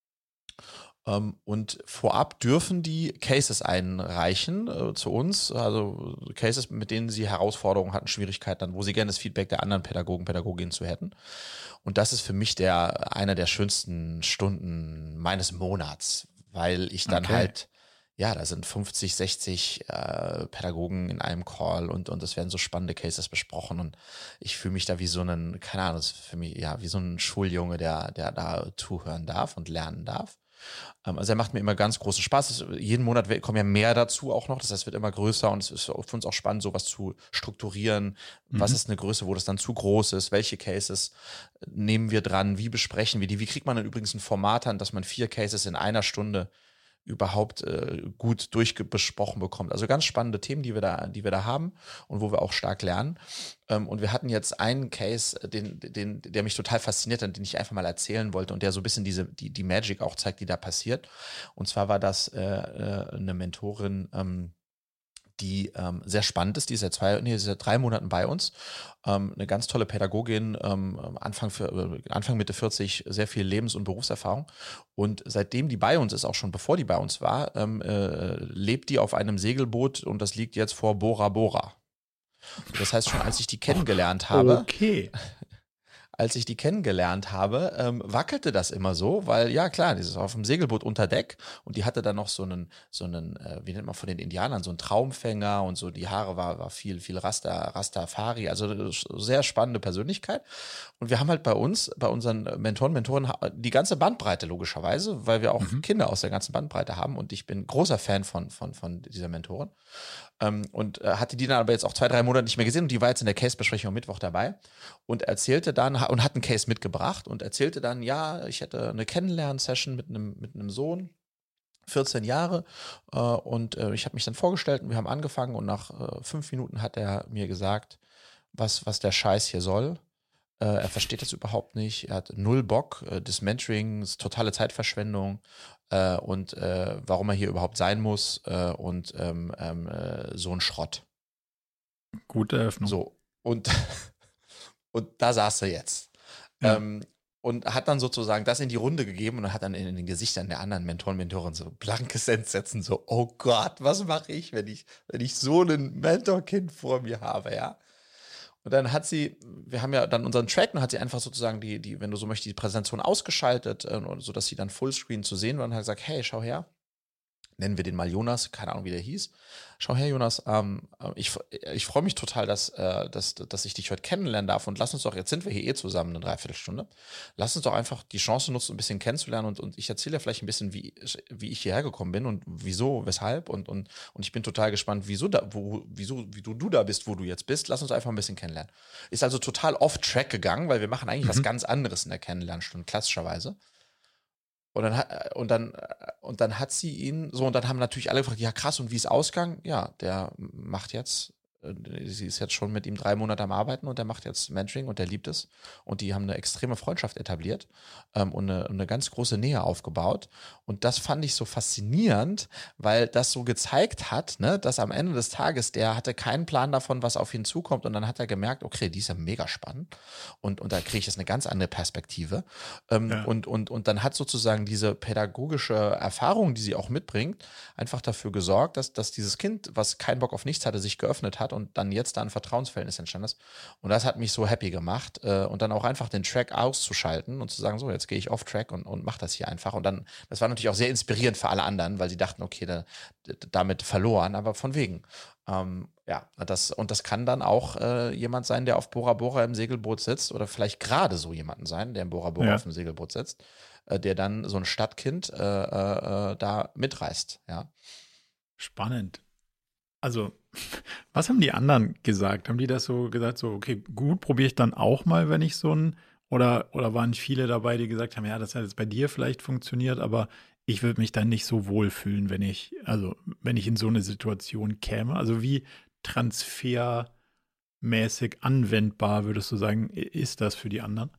Ähm, und vorab dürfen die Cases einreichen äh, zu uns, also Cases, mit denen sie Herausforderungen hatten, Schwierigkeiten, wo sie gerne das Feedback der anderen Pädagogen, Pädagoginnen zu hätten. Und das ist für mich der einer der schönsten Stunden meines Monats, weil ich dann Okay. halt, ja, da sind fünfzig, sechzig äh, Pädagogen in einem Call und, und es werden so spannende Cases besprochen und ich fühle mich da wie so ein, keine Ahnung, das ist für mich, ja, wie so ein Schuljunge, der, der da zuhören darf und lernen darf. Ähm, Also er macht mir immer ganz großen Spaß. Es, jeden Monat we- kommen ja mehr dazu auch noch. Das heißt, es wird immer größer und es ist für uns auch spannend, sowas zu strukturieren. Was Mhm. ist eine Größe, wo das dann zu groß ist? Welche Cases nehmen wir dran? Wie besprechen wir die? Wie kriegt man dann übrigens ein Format an, dass man vier Cases in einer Stunde überhaupt äh, gut durchbesprochen bekommt. Also ganz spannende Themen, die wir da, die wir da haben und wo wir auch stark lernen. Ähm, und wir hatten jetzt einen Case, den, den, der mich total fasziniert hat, den ich einfach mal erzählen wollte und der so ein bisschen diese, die, die Magic auch zeigt, die da passiert. Und zwar war das äh, äh, eine Mentorin, ähm, die ähm, sehr spannend ist, die ist seit zwei, nee, seit drei Monaten bei uns. Ähm, eine ganz tolle Pädagogin, ähm, Anfang, für, äh, Anfang Mitte vierzig, sehr viel Lebens- und Berufserfahrung. Und seitdem die bei uns ist, auch schon bevor die bei uns war, ähm, äh, lebt die auf einem Segelboot und das liegt jetzt vor Bora Bora. Das heißt, schon als ich die kennengelernt habe, Okay. als ich die kennengelernt habe, ähm, wackelte das immer so, weil ja klar, dieses auf dem Segelboot unter Deck und die hatte dann noch so einen, so einen, äh, wie nennt man von den Indianern, so einen Traumfänger und so, die Haare war, war viel, viel Rasta, Rastafari, also äh, sehr spannende Persönlichkeit. Und wir haben halt bei uns, bei unseren Mentoren, Mentoren, ha- die ganze Bandbreite logischerweise, weil wir auch Mhm. Kinder aus der ganzen Bandbreite haben und ich bin großer Fan von, von, von dieser Mentorin. Ähm, und äh, hatte die dann aber jetzt auch zwei, drei Monate nicht mehr gesehen und die war jetzt in der Case-Besprechung am Mittwoch dabei und erzählte dann, ha- und hat einen Case mitgebracht und erzählte dann, ja, ich hätte eine Kennenlern-Session mit einem, mit einem Sohn, vierzehn Jahre, äh, und äh, ich habe mich dann vorgestellt und wir haben angefangen und nach äh, fünf Minuten hat er mir gesagt, was, was der Scheiß hier soll. Äh, er versteht das überhaupt nicht, er hat null Bock, äh, das Mentoring ist totale Zeitverschwendung äh, und äh, warum er hier überhaupt sein muss äh, und ähm, ähm, äh, so ein Schrott. Gute Eröffnung. So, und, und da saß er jetzt. Ja. Ähm, und hat dann sozusagen das in die Runde gegeben und hat dann in den Gesichtern der anderen Mentoren, Mentoren so blankes Entsetzen, so, oh Gott, was mache ich, wenn ich, wenn ich so ein Mentorkind vor mir habe, ja? Und dann hat sie, wir haben ja dann unseren Track und hat sie einfach sozusagen die, die, wenn du so möchtest, die Präsentation ausgeschaltet, äh, sodass sie dann Fullscreen zu sehen war und hat gesagt, hey, schau her, nennen wir den mal Jonas, keine Ahnung, wie der hieß. Schau her, Jonas, ähm, ich, ich freue mich total, dass, äh, dass, dass ich dich heute kennenlernen darf und lass uns doch, jetzt sind wir hier eh zusammen eine Dreiviertelstunde, lass uns doch einfach die Chance nutzen, ein bisschen kennenzulernen und, und ich erzähle dir vielleicht ein bisschen, wie, wie ich hierher gekommen bin und wieso, weshalb und, und, und ich bin total gespannt, wieso, da, wo, wieso wie du, du da bist, wo du jetzt bist, lass uns einfach ein bisschen kennenlernen. Ist also total off-track gegangen, weil wir machen eigentlich Mhm. was ganz anderes in der Kennenlernstunde, klassischerweise. Und dann, hat- und dann, und dann hat sie ihn so, und dann haben natürlich alle gefragt, ja krass, und wie ist Ausgang? Ja, der macht jetzt, äh, sie ist jetzt schon mit ihm drei Monate am Arbeiten und der macht jetzt Mentoring und der liebt es. Und die haben eine extreme Freundschaft etabliert ähm, und eine, eine ganz große Nähe aufgebaut. Und das fand ich so faszinierend, weil das so gezeigt hat, ne, dass am Ende des Tages, der hatte keinen Plan davon, was auf ihn zukommt. Und dann hat er gemerkt, okay, die ist ja mega spannend. Und, und da kriege ich jetzt eine ganz andere Perspektive. Ähm, Ja. und, und, und dann hat sozusagen diese pädagogische Erfahrung, die sie auch mitbringt, einfach dafür gesorgt, dass, dass dieses Kind, was keinen Bock auf nichts hatte, sich geöffnet hat und dann jetzt da ein Vertrauensverhältnis entstanden ist. Und das hat mich so happy gemacht. Äh, und dann auch einfach den Track auszuschalten und zu sagen, so, jetzt gehe ich off Track und, und mache das hier einfach. Und dann, das war natürlich auch sehr inspirierend für alle anderen, weil sie dachten, okay, da, damit verloren, aber von wegen. Ähm, ja, das, und das kann dann auch äh, jemand sein, der auf Bora Bora im Segelboot sitzt oder vielleicht gerade so jemanden sein, der im Bora Bora Ja. auf dem Segelboot sitzt, äh, der dann so ein Stadtkind äh, äh, äh, da mitreißt, ja. Spannend. Also, was haben die anderen gesagt? Haben die das so gesagt, so, okay, gut, probiere ich dann auch mal, wenn ich so ein, oder, oder waren viele dabei, die gesagt haben, ja, das hat jetzt bei dir vielleicht funktioniert, aber ich würde mich dann nicht so wohlfühlen, wenn ich, also, wenn ich in so eine Situation käme. Also, wie transfermäßig anwendbar, würdest du sagen, i- ist das für die anderen?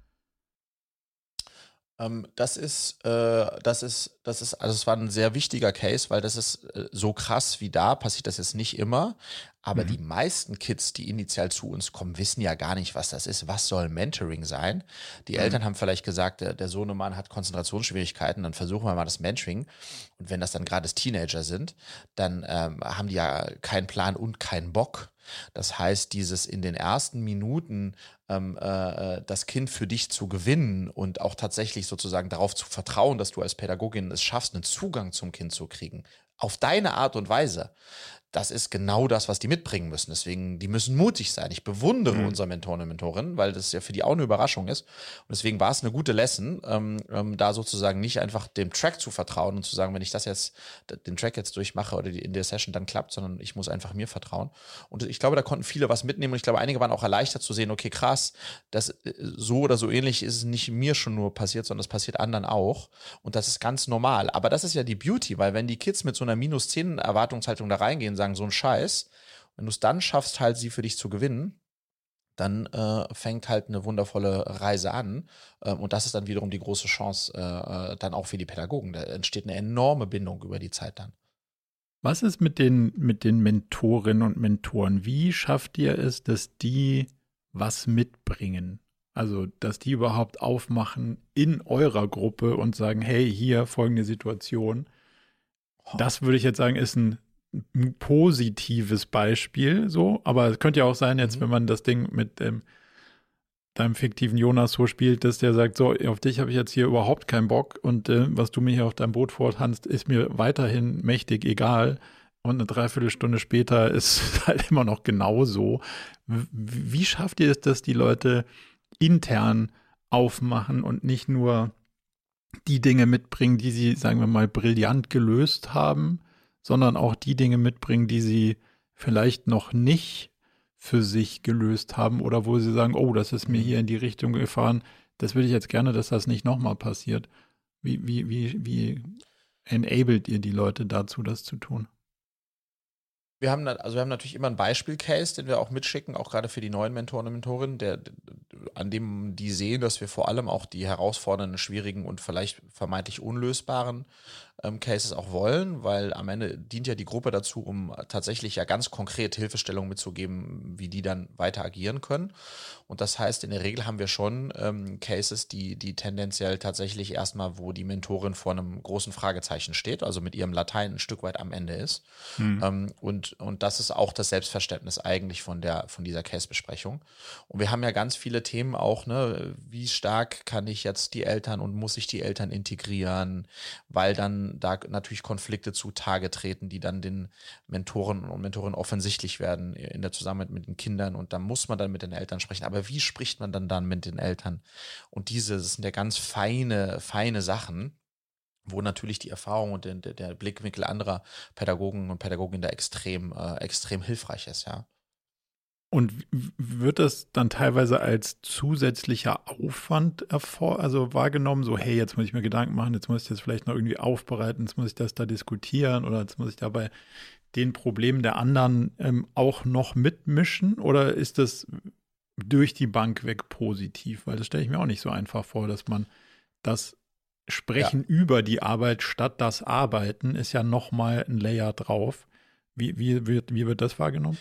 Ähm, das ist, äh, das ist, das ist, also es war ein sehr wichtiger Case, weil das ist äh, so krass wie da, passiert das jetzt nicht immer. Aber Mhm. die meisten Kids, die initial zu uns kommen, wissen ja gar nicht, was das ist. Was soll Mentoring sein? Die Mhm. Eltern haben vielleicht gesagt, der, der Sohnemann hat Konzentrationsschwierigkeiten, dann versuchen wir mal das Mentoring. Und wenn das dann gerade Teenager sind, dann ähm, haben die ja keinen Plan und keinen Bock. Das heißt, dieses in den ersten Minuten ähm, äh, das Kind für dich zu gewinnen und auch tatsächlich sozusagen darauf zu vertrauen, dass du als Pädagogin es schaffst, einen Zugang zum Kind zu kriegen, auf deine Art und Weise. Das ist genau das, was die mitbringen müssen. Deswegen, die müssen mutig sein. Ich bewundere Mhm. unsere Mentoren und Mentorinnen, weil das ja für die auch eine Überraschung ist. Und deswegen war es eine gute Lesson, ähm, ähm, da sozusagen nicht einfach dem Track zu vertrauen und zu sagen, wenn ich das jetzt, den Track jetzt durchmache oder die, in der Session dann klappt, sondern ich muss einfach mir vertrauen. Und ich glaube, da konnten viele was mitnehmen und ich glaube, einige waren auch erleichtert zu sehen, okay, krass, das äh, so oder so ähnlich ist es nicht mir schon nur passiert, sondern das passiert anderen auch. Und das ist ganz normal. Aber das ist ja die Beauty, weil wenn die Kids mit so einer minus zehn Erwartungshaltung da reingehen, sagen, so ein Scheiß, wenn du es dann schaffst, halt sie für dich zu gewinnen, dann äh, fängt halt eine wundervolle Reise an. Ähm, und das ist dann wiederum die große Chance, äh, äh, dann auch für die Pädagogen. Da entsteht eine enorme Bindung über die Zeit dann. Was ist mit den, mit den Mentorinnen und Mentoren? Wie schafft ihr es, dass die was mitbringen? Also, dass die überhaupt aufmachen in eurer Gruppe und sagen, hey, hier folgende Situation. Das würde ich jetzt sagen, ist ein, ein positives Beispiel, so. Aber es könnte ja auch sein, jetzt, Mhm. wenn man das Ding mit ähm, deinem fiktiven Jonas so spielt, dass der sagt, so, auf dich habe ich jetzt hier überhaupt keinen Bock und äh, was du mir hier auf deinem Boot vortanzt, ist mir weiterhin mächtig egal. Und eine Dreiviertelstunde später ist es halt immer noch genauso. W- Wie schafft ihr es, dass die Leute intern aufmachen und nicht nur die Dinge mitbringen, die sie, sagen wir mal, brillant gelöst haben, sondern auch die Dinge mitbringen, die sie vielleicht noch nicht für sich gelöst haben oder wo sie sagen, oh, das ist mir Mhm. hier in die Richtung gefahren, das würde ich jetzt gerne, dass das nicht nochmal passiert. Wie, wie, wie, wie enabled ihr die Leute dazu, das zu tun? Wir haben, da- also wir haben natürlich immer einen Beispiel-Case, den wir auch mitschicken, auch gerade für die neuen Mentoren und Mentorinnen, der, an dem die sehen, dass wir vor allem auch die herausfordernden, schwierigen und vielleicht vermeintlich unlösbaren ähm, Cases auch wollen, weil am Ende dient ja die Gruppe dazu, um tatsächlich ja ganz konkret Hilfestellungen mitzugeben, wie die dann weiter agieren können. Und das heißt, in der Regel haben wir schon ähm, Cases, die, die tendenziell tatsächlich erstmal, wo die Mentorin vor einem großen Fragezeichen steht, also mit ihrem Latein ein Stück weit am Ende ist. Hm. Ähm, und, und das ist auch das Selbstverständnis eigentlich von der, von dieser Case-Besprechung. Und wir haben ja ganz viele Themen auch, ne, wie stark kann ich jetzt die Eltern und muss ich die Eltern integrieren, weil dann dann da natürlich Konflikte zutage treten, die dann den Mentoren und Mentorinnen offensichtlich werden in der Zusammenarbeit mit den Kindern und da muss man dann mit den Eltern sprechen. Aber wie spricht man dann dann mit den Eltern? Und diese, das sind ja ganz feine, feine Sachen, wo natürlich die Erfahrung und der, der Blickwinkel anderer Pädagogen und Pädagoginnen da extrem, äh, extrem hilfreich ist, ja. Und wird das dann teilweise als zusätzlicher Aufwand erfor- also wahrgenommen, so hey, jetzt muss ich mir Gedanken machen, jetzt muss ich das vielleicht noch irgendwie aufbereiten, jetzt muss ich das da diskutieren oder jetzt muss ich da bei den Problemen der anderen ähm, auch noch mitmischen oder ist das durch die Bank weg positiv? Weil das stelle ich mir auch nicht so einfach vor, dass man das Sprechen ja. über die Arbeit statt das Arbeiten ist ja nochmal ein Layer drauf. Wie, wie, wird, wie wird das wahrgenommen?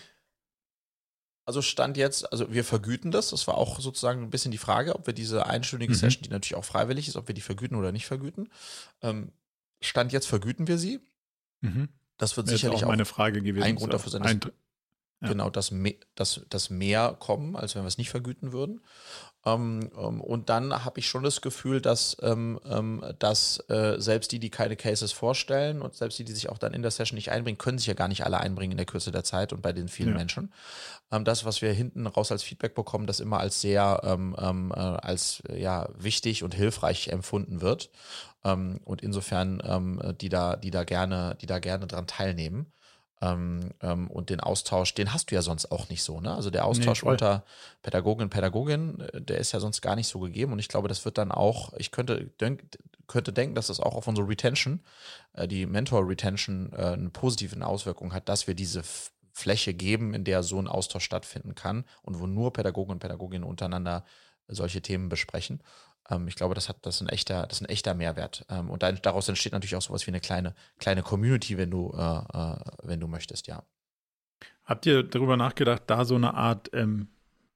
Also Stand jetzt, also wir vergüten das. Das war auch sozusagen ein bisschen die Frage, ob wir diese einstündige mhm. Session, die natürlich auch freiwillig ist, ob wir die vergüten oder nicht vergüten. Ähm, Stand jetzt vergüten wir sie. Mhm. Das wird Jetzt sicherlich auch auch meine Frage gewesen. Ein Grund dafür sein, dass, ein, ja. genau, dass, me, dass, dass mehr kommen, als wenn wir es nicht vergüten würden. Ähm, ähm, und dann habe ich schon das Gefühl, dass, ähm, ähm, dass äh, selbst die, die keine Cases vorstellen und selbst die, die sich auch dann in der Session nicht einbringen, können sich ja gar nicht alle einbringen in der Kürze der Zeit und bei den vielen ja. Menschen. Ähm, das, was wir hinten raus als Feedback bekommen, das immer als sehr ähm, ähm, äh, als ja, wichtig und hilfreich empfunden wird. Ähm, und insofern ähm, die da, die da gerne, die da gerne dran teilnehmen. Ähm, ähm, und den Austausch, den hast du ja sonst auch nicht so, ne? Also der Austausch nee, unter Pädagogen und Pädagoginnen, der ist ja sonst gar nicht so gegeben und ich glaube, das wird dann auch, ich könnte, denk, könnte denken, dass das auch auf unsere Retention, äh, die Mentor-Retention äh, eine positive Auswirkung hat, dass wir diese F- Fläche geben, in der so ein Austausch stattfinden kann und wo nur Pädagogen und Pädagoginnen untereinander solche Themen besprechen. Ich glaube, das hat das ist ein echter, das ist ein echter Mehrwert. Und dann, daraus entsteht natürlich auch sowas wie eine kleine, kleine Community, wenn du, äh, wenn du möchtest, ja. Habt ihr darüber nachgedacht, da so eine Art ähm,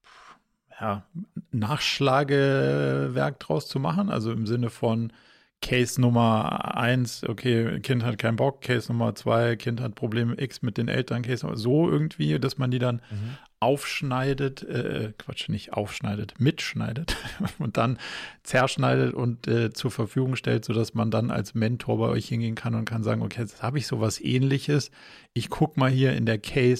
ja, Nachschlagewerk draus zu machen? Also im Sinne von Case Nummer eins, okay, Kind hat keinen Bock, Case Nummer zwei, Kind hat Probleme X mit den Eltern, Case Nummer, so irgendwie, dass man die dann mhm. aufschneidet, äh, Quatsch, nicht aufschneidet, mitschneidet und dann zerschneidet und äh, zur Verfügung stellt, sodass man dann als Mentor bei euch hingehen kann und kann sagen, okay, jetzt habe ich sowas Ähnliches. Ich gucke mal hier in der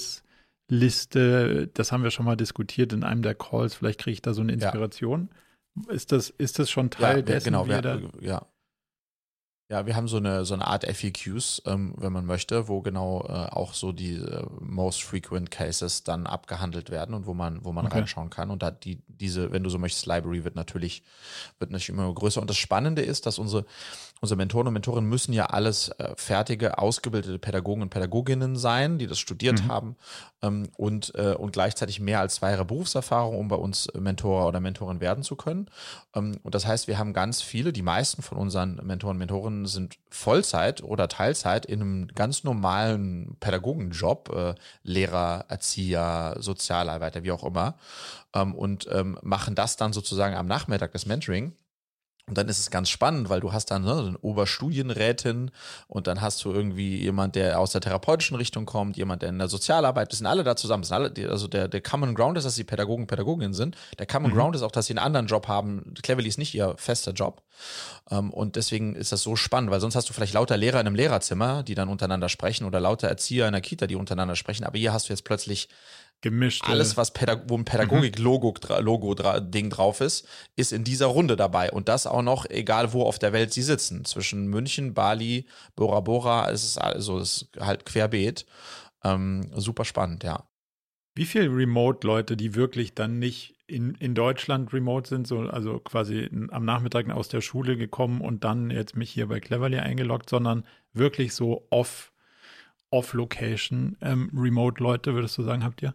Case-Liste, das haben wir schon mal diskutiert in einem der Calls, vielleicht kriege ich da so eine Inspiration. Ja. Ist das, ist das schon Teil ja, dessen? Genau, wie wir, da ja. Ja, wir haben so eine so eine Art F A Qs, ähm, wenn man möchte, wo genau äh, auch so die äh, most frequent cases dann abgehandelt werden und wo man wo man okay. reinschauen kann. Und da die diese, wenn du so möchtest, Library wird natürlich wird natürlich immer größer. Und das Spannende ist, dass unsere unsere Mentoren und Mentorinnen müssen ja alles äh, fertige, ausgebildete Pädagogen und Pädagoginnen sein, die das studiert mhm. haben ähm, und äh, und gleichzeitig mehr als zwei Jahre Berufserfahrung, um bei uns Mentor oder Mentorin werden zu können. Ähm, und das heißt, wir haben ganz viele, die meisten von unseren Mentoren und Mentorinnen sind Vollzeit oder Teilzeit in einem ganz normalen Pädagogenjob, äh, Lehrer, Erzieher, Sozialarbeiter, wie auch immer, ähm, und ähm, machen das dann sozusagen am Nachmittag des Mentoring. Und dann ist es ganz spannend, weil du hast dann ne, eine Oberstudienrätin und dann hast du irgendwie jemand, der aus der therapeutischen Richtung kommt, jemand, der in der Sozialarbeit, das sind alle da zusammen. Das sind alle, also der, der Common Ground ist, dass sie Pädagogen, Pädagoginnen sind. Der Common mhm. Ground ist auch, dass sie einen anderen Job haben. Cleverly ist nicht ihr fester Job. Und deswegen ist das so spannend, weil sonst hast du vielleicht lauter Lehrer in einem Lehrerzimmer, die dann untereinander sprechen oder lauter Erzieher in der Kita, die untereinander sprechen. Aber hier hast du jetzt plötzlich gemischt. Alles, was Pädag- wo ein Pädagogik-Logo Logo, Ding drauf ist, ist in dieser Runde dabei. Und das auch noch, egal wo auf der Welt sie sitzen. Zwischen München, Bali, Bora Bora, es ist also es ist halt querbeet. Ähm, super spannend, ja. Wie viele Remote-Leute, die wirklich dann nicht in, in Deutschland remote sind, so, also quasi am Nachmittag aus der Schule gekommen und dann jetzt mich hier bei Cleverly eingeloggt, sondern wirklich so off, off-Location ähm, Remote-Leute, würdest du sagen, habt ihr?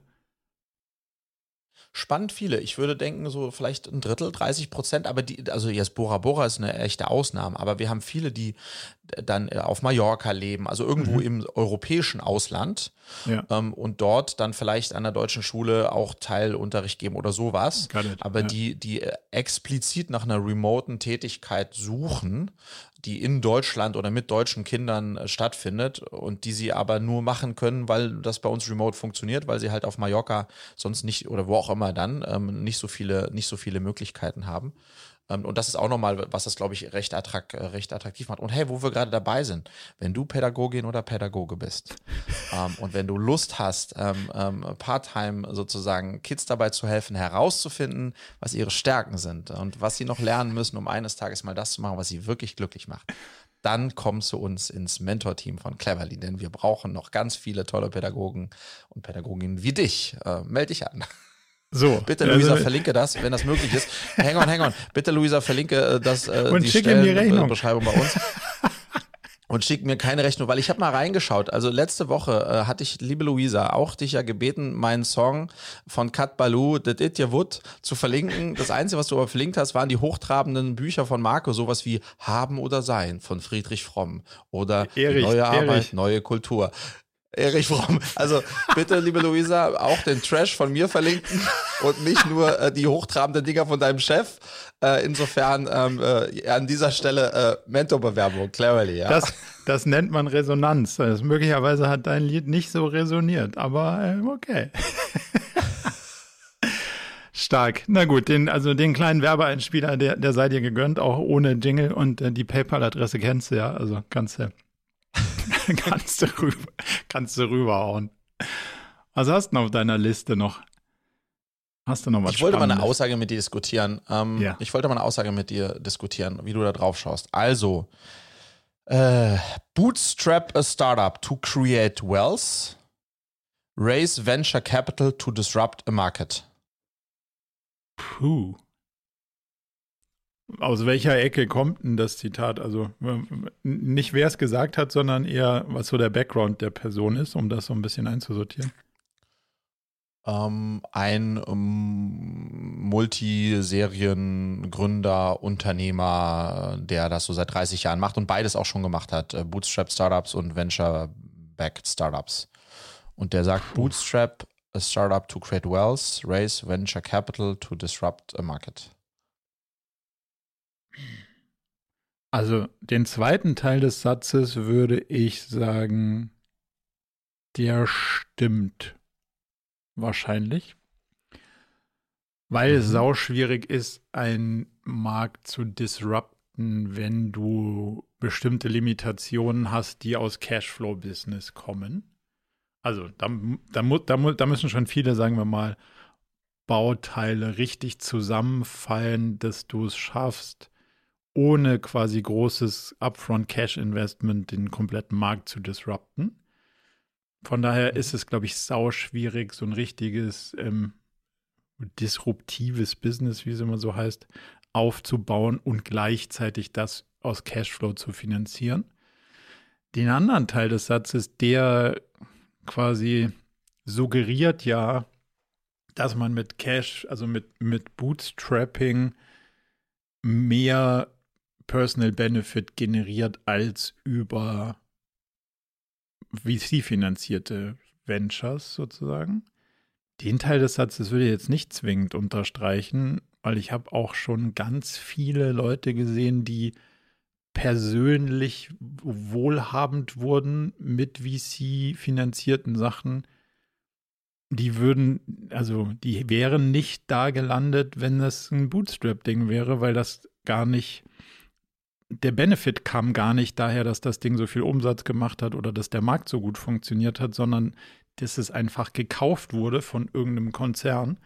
Spannend viele. Ich würde denken, so vielleicht ein Drittel, dreißig Prozent, aber die, also jetzt Bora Bora ist eine echte Ausnahme, aber wir haben viele, die dann auf Mallorca leben, also irgendwo mhm. im europäischen Ausland ja. ähm, und dort dann vielleicht an der deutschen Schule auch Teilunterricht geben oder sowas, aber ja. die, die explizit nach einer remoten Tätigkeit suchen, die in Deutschland oder mit deutschen Kindern äh, stattfindet und die sie aber nur machen können, weil das bei uns remote funktioniert, weil sie halt auf Mallorca sonst nicht oder wo auch immer dann ähm, nicht so viele nicht so viele Möglichkeiten haben. Ähm, und das ist auch nochmal, was das, glaube ich, recht, attrakt, recht attraktiv macht. Und hey, wo wir gerade dabei sind, wenn du Pädagogin oder Pädagoge bist ähm, und wenn du Lust hast, ähm, ähm, Part-Time sozusagen Kids dabei zu helfen, herauszufinden, was ihre Stärken sind und was sie noch lernen müssen, um eines Tages mal das zu machen, was sie wirklich glücklich macht, dann komm zu uns ins Mentor-Team von Cleverly, denn wir brauchen noch ganz viele tolle Pädagogen und Pädagoginnen wie dich. Äh, meld dich an. So, bitte, Luisa, also, verlinke das, wenn das möglich ist. Hang on, hang on. Bitte, Luisa, verlinke das, äh, und die schick ihm die Rechnung. Beschreibung bei uns. Und schick mir keine Rechnung, weil ich habe mal reingeschaut. Also letzte Woche äh, hatte ich, liebe Luisa, auch dich ja gebeten, meinen Song von Kat Ballou, Das It Your Wood, zu verlinken. Das Einzige, was du aber verlinkt hast, waren die hochtrabenden Bücher von Marco, sowas wie Haben oder Sein von Friedrich Fromm oder Erich, Neue Arbeit, Erich. neue Kultur. Erich Fromm. Also bitte, liebe Luisa, auch den Trash von mir verlinken und nicht nur äh, die hochtrabenden Dinger von deinem Chef. Äh, insofern ähm, äh, an dieser Stelle äh, Mentorbewerbung, Cleverly. Ja? Das, das nennt man Resonanz. Das, möglicherweise hat dein Lied nicht so resoniert, aber äh, okay. Stark. Na gut, den, also den kleinen Werbeeinspieler, der, der sei dir gegönnt, auch ohne Jingle und äh, die PayPal-Adresse kennst du ja, also kannst du kannst du rüber, kannst du rüberhauen. Was hast du noch auf deiner Liste noch? Hast du noch was Ich wollte Spannendes? mal eine Aussage mit dir diskutieren. Ähm, ja. Ich wollte mal eine Aussage mit dir diskutieren, wie du da drauf schaust. Also, äh, bootstrap a startup to create wealth, raise venture capital to disrupt a market. Puh. Aus welcher Ecke kommt denn das Zitat? Also nicht wer es gesagt hat, sondern eher, was so der Background der Person ist, um das so ein bisschen einzusortieren. Ähm, ein ähm, Multiseriengründer, Unternehmer, der das so seit dreißig Jahren macht und beides auch schon gemacht hat. Äh, Bootstrap-Startups und Venture-Backed Startups. Und der sagt, Puh. Bootstrap a startup to create wealth, raise venture capital to disrupt a market. Also den zweiten Teil des Satzes würde ich sagen, der stimmt wahrscheinlich, weil mhm. es sauschwierig ist, einen Markt zu disrupten, wenn du bestimmte Limitationen hast, die aus Cashflow-Business kommen. Also da, da, da, da müssen schon viele, sagen wir mal, Bauteile richtig zusammenfallen, dass du es schaffst, ohne quasi großes Upfront-Cash-Investment den kompletten Markt zu disrupten. Von daher mhm. ist es, glaube ich, sauschwierig, so ein richtiges ähm, disruptives Business, wie es immer so heißt, aufzubauen und gleichzeitig das aus Cashflow zu finanzieren. Den anderen Teil des Satzes, der quasi suggeriert ja, dass man mit Cash, also mit, mit Bootstrapping mehr Personal Benefit generiert als über V C-finanzierte Ventures sozusagen. Den Teil des Satzes würde ich jetzt nicht zwingend unterstreichen, weil ich habe auch schon ganz viele Leute gesehen, die persönlich wohlhabend wurden mit V C-finanzierten Sachen. Die würden, also die wären nicht da gelandet, wenn das ein Bootstrap-Ding wäre, weil das gar nicht, der Benefit kam gar nicht daher, dass das Ding so viel Umsatz gemacht hat oder dass der Markt so gut funktioniert hat, sondern dass es einfach gekauft wurde von irgendeinem Konzern.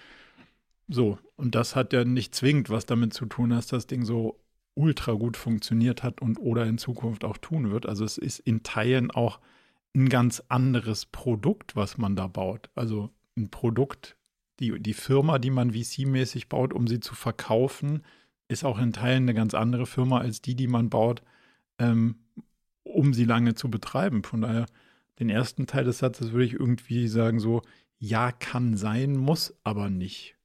So, und das hat ja nicht zwingend was damit zu tun, dass das Ding so ultra gut funktioniert hat und oder in Zukunft auch tun wird. Also es ist in Teilen auch ein ganz anderes Produkt, was man da baut. Also ein Produkt, die, die Firma, die man V C-mäßig baut, um sie zu verkaufen, ist auch in Teilen eine ganz andere Firma als die, die man baut, ähm, um sie lange zu betreiben. Von daher, den ersten Teil des Satzes würde ich irgendwie sagen so, ja, kann sein, muss aber nicht.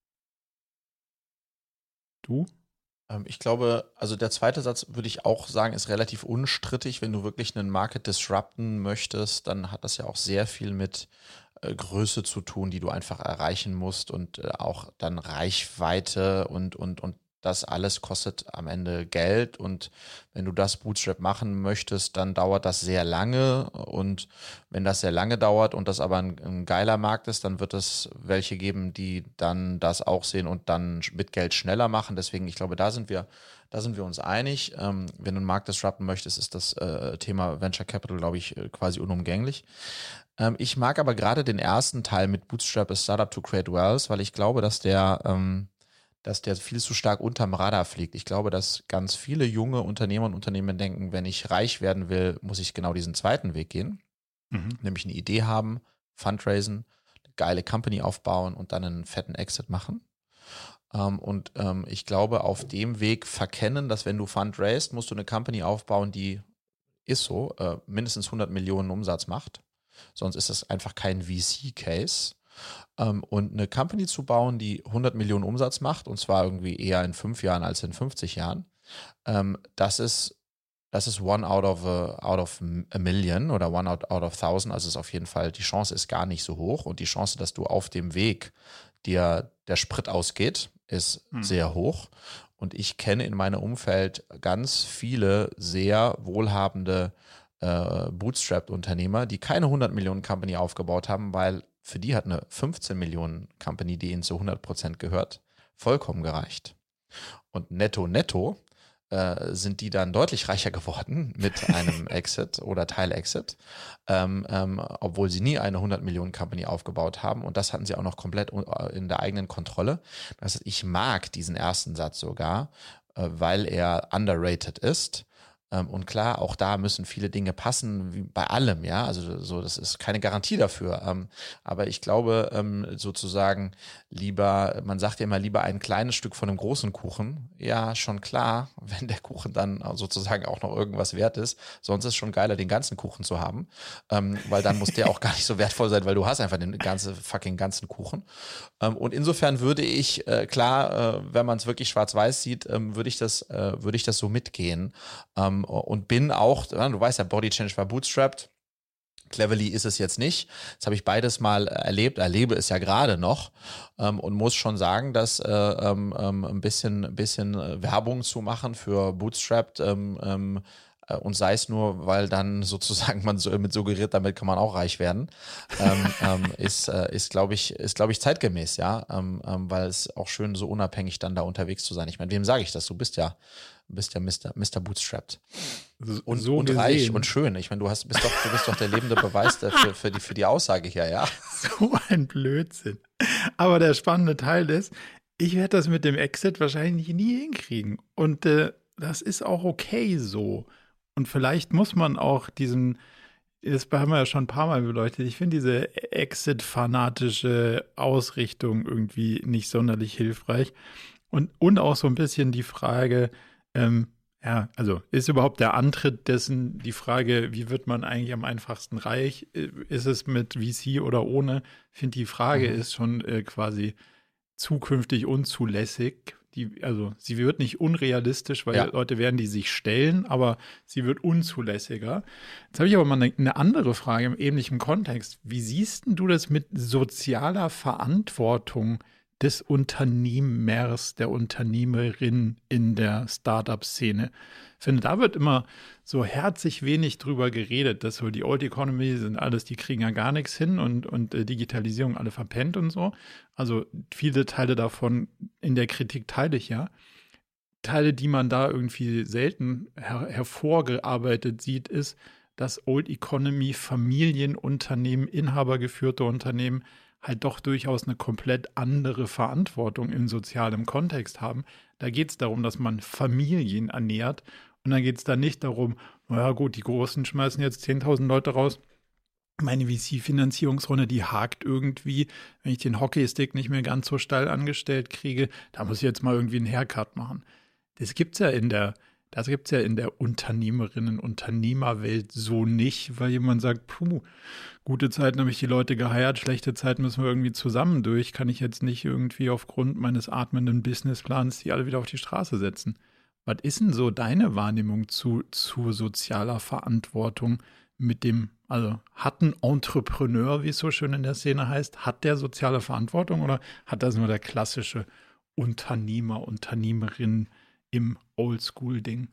Du? Ich glaube, also der zweite Satz würde ich auch sagen, ist relativ unstrittig. Wenn du wirklich einen Market disrupten möchtest, dann hat das ja auch sehr viel mit äh, Größe zu tun, die du einfach erreichen musst und äh, auch dann Reichweite und, und, und das alles kostet am Ende Geld und wenn du das Bootstrap machen möchtest, dann dauert das sehr lange und wenn das sehr lange dauert und das aber ein, ein geiler Markt ist, dann wird es welche geben, die dann das auch sehen und dann mit Geld schneller machen. Deswegen, ich glaube, da sind wir, da sind wir uns einig. Ähm, wenn du einen Markt disrupten möchtest, ist das äh, Thema Venture Capital, glaube ich, quasi unumgänglich. Ähm, ich mag aber gerade den ersten Teil mit Bootstrap, a Startup to Create Wealth, weil ich glaube, dass der ähm, dass der viel zu stark unterm Radar fliegt. Ich glaube, dass ganz viele junge Unternehmer und Unternehmen denken, wenn ich reich werden will, muss ich genau diesen zweiten Weg gehen, mhm. nämlich eine Idee haben, Fundraisen, eine geile Company aufbauen und dann einen fetten Exit machen. Ähm, und ähm, ich glaube, auf dem Weg verkennen, dass wenn du fundraised, musst du eine Company aufbauen, die ist so, äh, mindestens hundert Millionen Umsatz macht. Sonst ist das einfach kein V C-Case. Um, und eine Company zu bauen, die hundert Millionen Umsatz macht, und zwar irgendwie eher in fünf Jahren als in fünfzig Jahren, um, das ist das ist one out of a, out of a million oder one out, out of thousand, also ist auf jeden Fall, die Chance ist gar nicht so hoch und die Chance, dass du auf dem Weg dir der Sprit ausgeht, ist hm. sehr hoch. Und ich kenne in meinem Umfeld ganz viele sehr wohlhabende äh, Bootstrapped-Unternehmer, die keine hundert Millionen Company aufgebaut haben, weil für die hat eine fünfzehn Millionen Company, die ihnen zu hundert Prozent gehört, vollkommen gereicht. Und netto, netto äh, sind die dann deutlich reicher geworden mit einem Exit oder Teil-Exit, ähm, ähm, obwohl sie nie eine hundert Millionen Company aufgebaut haben. Und das hatten sie auch noch komplett in der eigenen Kontrolle. Das heißt, ich mag diesen ersten Satz sogar, äh, weil er underrated ist. Und klar, auch da müssen viele Dinge passen, wie bei allem, ja, also so, das ist keine Garantie dafür, aber ich glaube sozusagen lieber, man sagt ja immer lieber ein kleines Stück von einem großen Kuchen, ja, schon klar, wenn der Kuchen dann sozusagen auch noch irgendwas wert ist, sonst ist es schon geiler, den ganzen Kuchen zu haben, weil dann muss der auch gar nicht so wertvoll sein, weil du hast einfach den ganzen fucking ganzen Kuchen und insofern würde ich, klar, wenn man es wirklich schwarz-weiß sieht, würde ich das, würde ich das so mitgehen, und bin auch, du weißt ja, Body Change war bootstrapped, Cleverly ist es jetzt nicht. Das habe ich beides mal erlebt, erlebe es ja gerade noch ähm, und muss schon sagen, dass äh, ähm, ein bisschen, ein bisschen Werbung zu machen für bootstrapped ähm, ähm, und sei es nur, weil dann sozusagen man so mit suggeriert, damit kann man auch reich werden, ähm, ähm, ist, äh, ist glaube ich, ist, glaube ich, zeitgemäß, ja, ähm, ähm, weil es auch schön so unabhängig dann da unterwegs zu sein. Ich meine, wem sage ich das? Du bist ja, bist ja Mister Mister Bootstrapped. Und, so und reich und schön. Ich meine, du hast, bist doch, du bist doch der lebende Beweis dafür, für die, für die Aussage hier, ja. So ein Blödsinn. Aber der spannende Teil ist, ich werde das mit dem Exit wahrscheinlich nie hinkriegen. Und äh, das ist auch okay so. Und vielleicht muss man auch diesen, das haben wir ja schon ein paar Mal beleuchtet, ich finde diese Exit-fanatische Ausrichtung irgendwie nicht sonderlich hilfreich. Und, und auch so ein bisschen die Frage, ähm, ja, also ist überhaupt der Antritt dessen die Frage, wie wird man eigentlich am einfachsten reich? Ist es mit V C oder ohne? Ich finde, die Frage mhm. ist schon äh, quasi zukünftig unzulässig. Die, also sie wird nicht unrealistisch, weil ja. Leute werden die sich stellen, aber sie wird unzulässiger. Jetzt habe ich aber mal eine, eine andere Frage im ähnlichen Kontext. Wie siehst denn du das mit sozialer Verantwortung des Unternehmers, der Unternehmerin in der Startup-Szene? Ich finde, da wird immer so herzlich wenig drüber geredet, dass so die Old Economy sind alles, die kriegen ja gar nichts hin und, und äh, Digitalisierung alle verpennt und so. Also viele Teile davon in der Kritik teile ich ja. Teile, die man da irgendwie selten her- hervorgearbeitet sieht, ist, dass Old Economy Familienunternehmen, inhabergeführte Unternehmen halt doch durchaus eine komplett andere Verantwortung im sozialen Kontext haben. Da geht es darum, dass man Familien ernährt und dann geht es da nicht darum, naja gut, die Großen schmeißen jetzt zehntausend Leute raus, meine V C-Finanzierungsrunde, die hakt irgendwie, wenn ich den Hockeystick nicht mehr ganz so steil angestellt kriege, da muss ich jetzt mal irgendwie einen Haircut machen. Das gibt's ja in der Das gibt es ja in der Unternehmerinnen- Unternehmerwelt so nicht, weil jemand sagt, puh, gute Zeiten habe ich die Leute geheiert, schlechte Zeiten müssen wir irgendwie zusammen durch, kann ich jetzt nicht irgendwie aufgrund meines atmenden Businessplans die alle wieder auf die Straße setzen. Was ist denn so deine Wahrnehmung zu, zu sozialer Verantwortung mit dem, also hat ein Entrepreneur, wie es so schön in der Szene heißt, hat der soziale Verantwortung oder hat das nur der klassische Unternehmer, Unternehmerin im Oldschool-Ding?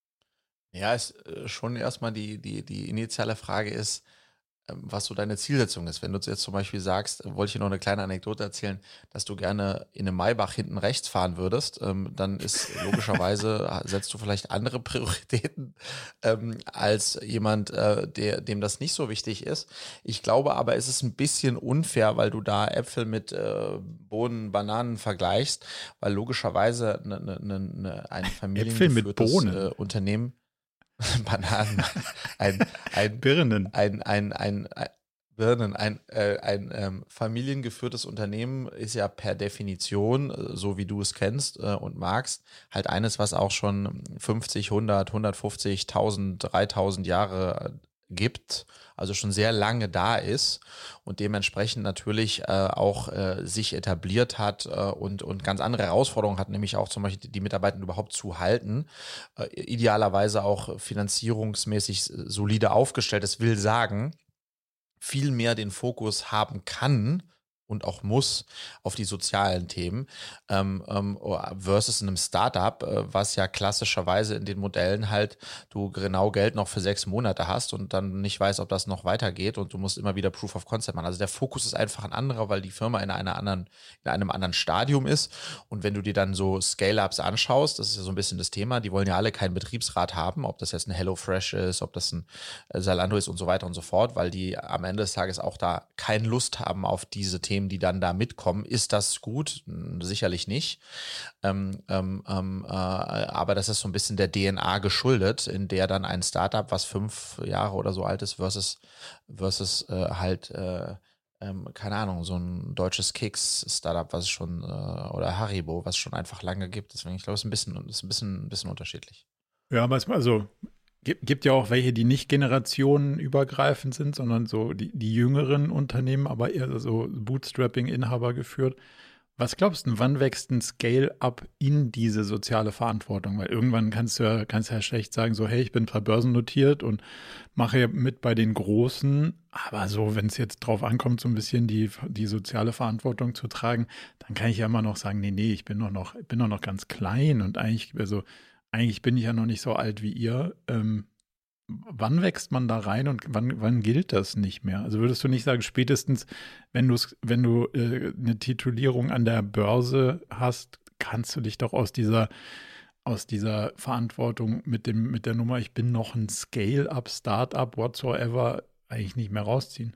Ja, ist schon erstmal die, die, die initiale Frage ist, was so deine Zielsetzung ist. Wenn du jetzt zum Beispiel sagst, wollte ich dir noch eine kleine Anekdote erzählen, dass du gerne in einem Maybach hinten rechts fahren würdest, ähm, dann ist logischerweise, setzt du vielleicht andere Prioritäten ähm, als jemand, äh, der, dem das nicht so wichtig ist. Ich glaube aber, es ist ein bisschen unfair, weil du da Äpfel mit äh, Bohnen, Bananen vergleichst, weil logischerweise ne, ne, ne, ein familiengeführtes äh, Unternehmen Bananen, ein, ein, Birnen. Ein, ein, ein, ein Birnen, ein, äh, ein ähm, familiengeführtes Unternehmen ist ja per Definition, äh, so wie du es kennst äh, und magst, halt eines, was auch schon fünfzig, hundert, hundertfünfzig, tausend, dreitausend Jahre gibt, also schon sehr lange da ist und dementsprechend natürlich äh, auch äh, sich etabliert hat äh, und, und ganz andere Herausforderungen hat, nämlich auch zum Beispiel die Mitarbeiter überhaupt zu halten, äh, idealerweise auch finanzierungsmäßig solide aufgestellt. Das will sagen, viel mehr den Fokus haben kann und auch muss auf die sozialen Themen ähm, ähm, versus in einem Startup, äh, was ja klassischerweise in den Modellen halt du genau Geld noch für sechs Monate hast und dann nicht weißt, ob das noch weitergeht und du musst immer wieder Proof of Concept machen. Also der Fokus ist einfach ein anderer, weil die Firma in einer anderen, in einem anderen Stadium ist und wenn du dir dann so Scale-Ups anschaust, das ist ja so ein bisschen das Thema, die wollen ja alle keinen Betriebsrat haben, ob das jetzt ein HelloFresh ist, ob das ein Zalando ist und so weiter und so fort, weil die am Ende des Tages auch da keine Lust haben auf diese Themen, die dann da mitkommen. Ist das gut? Sicherlich nicht. Ähm, ähm, äh, aber das ist so ein bisschen der D N A geschuldet, in der dann ein Startup, was fünf Jahre oder so alt ist, versus, versus äh, halt, äh, ähm, keine Ahnung, so ein deutsches Keks-Startup, was es schon, äh, oder Haribo, was es schon einfach lange gibt. Deswegen, ich glaube, es ist ein bisschen, ist ein bisschen, ein bisschen unterschiedlich. Ja, aber es, also gibt, gibt ja auch welche, die nicht generationenübergreifend sind, sondern so die, die jüngeren Unternehmen, aber eher so Bootstrapping-Inhaber geführt. Was glaubst du, wann wächst ein Scale-up in diese soziale Verantwortung? Weil irgendwann kannst du ja, kannst ja schlecht sagen, so, hey, ich bin zwar börsennotiert und mache mit bei den Großen, aber so, wenn es jetzt drauf ankommt, so ein bisschen die, die soziale Verantwortung zu tragen, dann kann ich ja immer noch sagen, nee, nee, ich bin doch noch, ich bin doch noch ganz klein und eigentlich, also eigentlich bin ich ja noch nicht so alt wie ihr. Ähm, wann wächst man da rein und wann, wann gilt das nicht mehr? Also würdest du nicht sagen, spätestens, wenn, du's, wenn du äh, eine Titulierung an der Börse hast, kannst du dich doch aus dieser, aus dieser Verantwortung mit, dem, mit der Nummer, ich bin noch ein Scale-up, Startup, whatsoever, eigentlich nicht mehr rausziehen?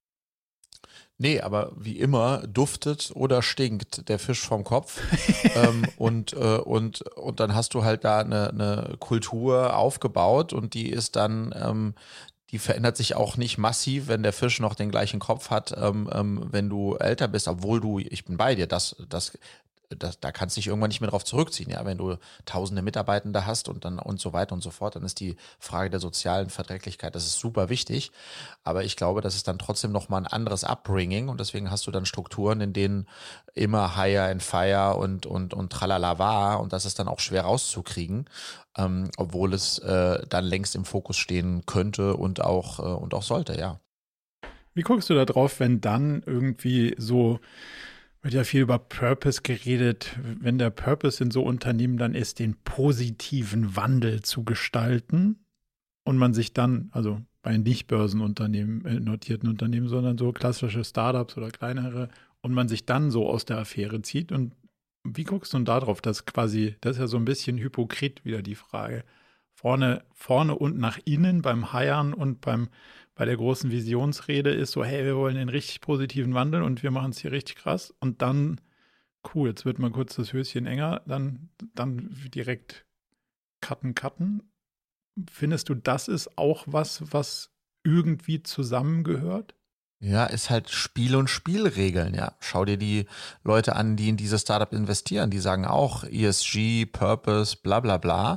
Nee, aber wie immer duftet oder stinkt der Fisch vom Kopf. ähm, und, äh, und, und dann hast du halt da eine, eine Kultur aufgebaut und die ist dann, ähm, die verändert sich auch nicht massiv, wenn der Fisch noch den gleichen Kopf hat, ähm, ähm, wenn du älter bist, obwohl du, ich bin bei dir, das, das Das, da kannst du dich irgendwann nicht mehr drauf zurückziehen, ja, wenn du tausende Mitarbeitende hast und dann und so weiter und so fort, dann ist die Frage der sozialen Verträglichkeit, das ist super wichtig, aber ich glaube, das ist dann trotzdem nochmal ein anderes Upbringing und deswegen hast du dann Strukturen, in denen immer Hire and Fire und und und tralala war und das ist dann auch schwer rauszukriegen, ähm, obwohl es äh, dann längst im Fokus stehen könnte und auch äh, und auch sollte, ja. Wie guckst du da drauf, wenn dann irgendwie so wird ja viel über Purpose geredet. Wenn der Purpose in so Unternehmen dann ist, den positiven Wandel zu gestalten und man sich dann, also bei nicht Börsenunternehmen, äh, notierten Unternehmen, sondern so klassische Startups oder kleinere und man sich dann so aus der Affäre zieht. Und wie guckst du denn da drauf? Das quasi, das ist ja so ein bisschen hypokrit wieder die Frage. Vorne, vorne und nach innen beim Hiren und beim bei der großen Visionsrede ist so, hey, wir wollen den richtig positiven Wandel und wir machen es hier richtig krass. Und dann, cool, jetzt wird mal kurz das Höschen enger, dann, dann direkt cutten, cutten. Findest du, das ist auch was, was irgendwie zusammengehört? Ja, ist halt Spiel und Spielregeln, ja. Schau dir die Leute an, die in diese Startup investieren. Die sagen auch E S G, Purpose, bla bla bla.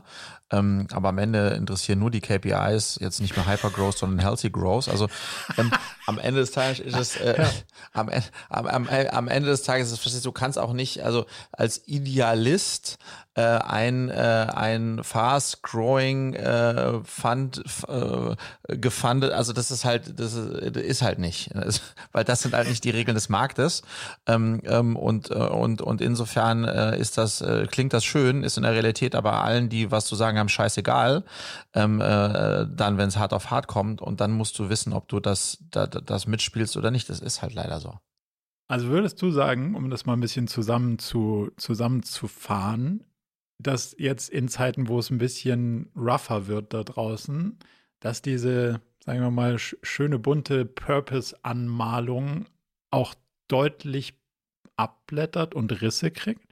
Ähm, aber am Ende interessieren nur die K P Is, jetzt nicht mehr Hypergrowth, sondern Healthy Growth. Also ähm, am Ende des Tages ist es, äh, ja. am, am, am, am Ende des Tages, ist, verstehst du, du kannst auch nicht, also als Idealist äh, ein, äh, ein fast-growing äh, Fund äh, gefundet, also das ist halt, das ist, ist halt nicht, weil das sind halt nicht die Regeln des Marktes. Ähm, ähm, und, und, und insofern äh, ist das, äh, klingt das schön, ist in der Realität aber allen, die was zu sagen haben, scheißegal, ähm, äh, dann, wenn es hart auf hart kommt, und dann musst du wissen, ob du das, da, das mitspielst oder nicht. Das ist halt leider so. Also würdest du sagen, um das mal ein bisschen zusammen zu, zusammenzufahren, dass jetzt in Zeiten, wo es ein bisschen rougher wird da draußen, dass diese, sagen wir mal, sch- schöne bunte Purpose-Anmalung auch deutlich abblättert und Risse kriegt?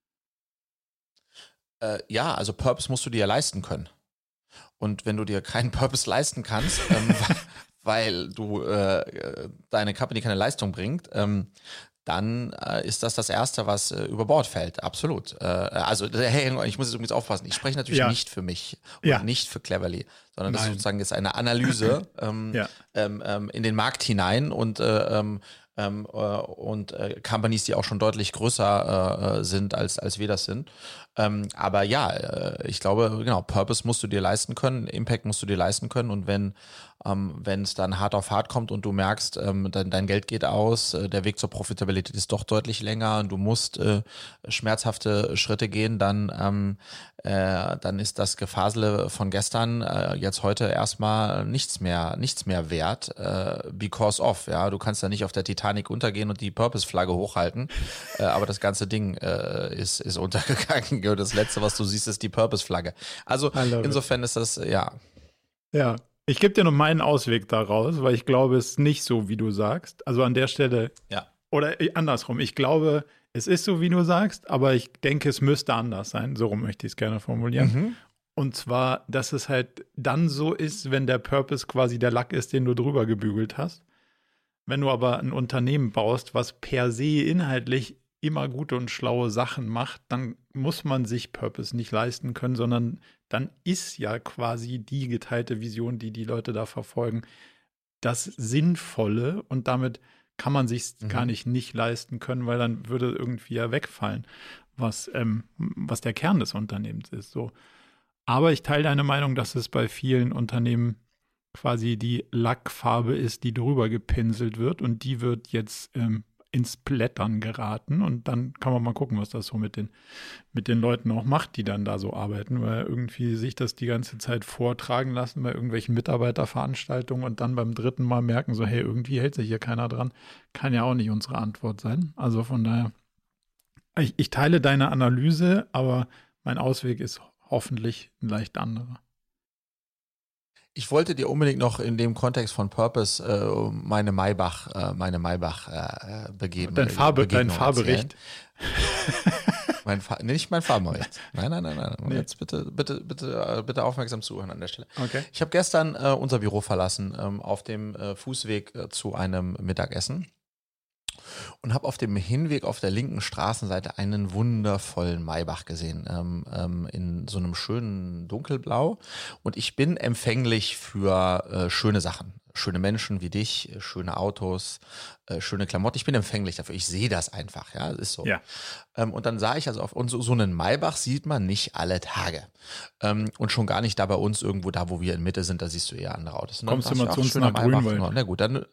Äh, ja, also Purpose musst du dir ja leisten können. Und wenn du dir keinen Purpose leisten kannst, ähm, weil du äh, deine Company keine Leistung bringt, ähm, dann äh, ist das das Erste, was äh, über Bord fällt. Absolut. Äh, also, hey, ich muss jetzt übrigens aufpassen. Ich spreche natürlich ja. nicht für mich und ja. nicht für Cleverly, sondern Nein. das ist sozusagen jetzt eine Analyse ähm, ja. ähm, ähm, in den Markt hinein und äh, ähm, ähm, äh, und äh, Companies, die auch schon deutlich größer äh, sind, als, als wir das sind. Ähm, aber ja, äh, ich glaube, genau, Purpose musst du dir leisten können, Impact musst du dir leisten können, und wenn ähm, wenn es dann hart auf hart kommt und du merkst, ähm, dein, dein Geld geht aus, äh, der Weg zur Profitabilität ist doch deutlich länger und du musst äh, schmerzhafte Schritte gehen, dann ähm, äh, dann ist das Gefasele von gestern äh, jetzt heute erstmal nichts mehr nichts mehr wert, äh, because of, ja, du kannst da nicht auf der Titanic untergehen und die Purpose-Flagge hochhalten, äh, aber das ganze Ding äh, ist ist untergegangen. Das Letzte, was du siehst, ist die Purpose-Flagge. Also insofern ist das, ja. Ja, ich gebe dir noch meinen Ausweg daraus, weil ich glaube, es ist nicht so, wie du sagst. Also an der Stelle, ja. Oder andersrum, ich glaube, es ist so, wie du sagst, aber ich denke, es müsste anders sein. So rum möchte ich es gerne formulieren. Mhm. Und zwar, dass es halt dann so ist, wenn der Purpose quasi der Lack ist, den du drüber gebügelt hast. Wenn du aber ein Unternehmen baust, was per se inhaltlich immer gute und schlaue Sachen macht, dann muss man sich Purpose nicht leisten können, sondern dann ist ja quasi die geteilte Vision, die die Leute da verfolgen, das Sinnvolle, und damit kann man sich mhm. gar nicht nicht leisten können, weil dann würde irgendwie ja wegfallen, was, ähm, was der Kern des Unternehmens ist. So. Aber ich teile deine Meinung, dass es bei vielen Unternehmen quasi die Lackfarbe ist, die drüber gepinselt wird, und die wird jetzt ähm, ins Blättern geraten, und dann kann man mal gucken, was das so mit den, mit den Leuten auch macht, die dann da so arbeiten, weil irgendwie sich das die ganze Zeit vortragen lassen bei irgendwelchen Mitarbeiterveranstaltungen und dann beim dritten Mal merken so, hey, irgendwie hält sich hier keiner dran, kann ja auch nicht unsere Antwort sein. Also von daher, ich, ich teile deine Analyse, aber mein Ausweg ist hoffentlich ein leicht anderer. Ich wollte dir unbedingt noch in dem Kontext von Purpose äh, meine Maybach, äh, meine Maybach äh, begeben. Dein, Farbe, dein Fahrbericht. mein Fahr- nicht mein Fahrbericht. Nein, nein, nein, nein. Nee. Jetzt bitte, bitte, bitte, bitte aufmerksam zuhören an der Stelle. Okay. Ich habe gestern äh, unser Büro verlassen ähm, auf dem äh, Fußweg äh, zu einem Mittagessen. Und habe auf dem Hinweg auf der linken Straßenseite einen wundervollen Maybach gesehen, ähm, ähm, in so einem schönen Dunkelblau. Und ich bin empfänglich für äh, schöne Sachen, schöne Menschen wie dich, schöne Autos, äh, schöne Klamotten. Ich bin empfänglich dafür. Ich sehe das einfach, ja, das ist so. Ja. Ähm, und dann sah ich also auf und so, so einen Maybach sieht man nicht alle Tage. Ähm, und schon gar nicht da bei uns irgendwo da, wo wir in Mitte sind, da siehst du eher andere Autos. Kommst du mal zu uns nach Grünwald? Na gut, dann.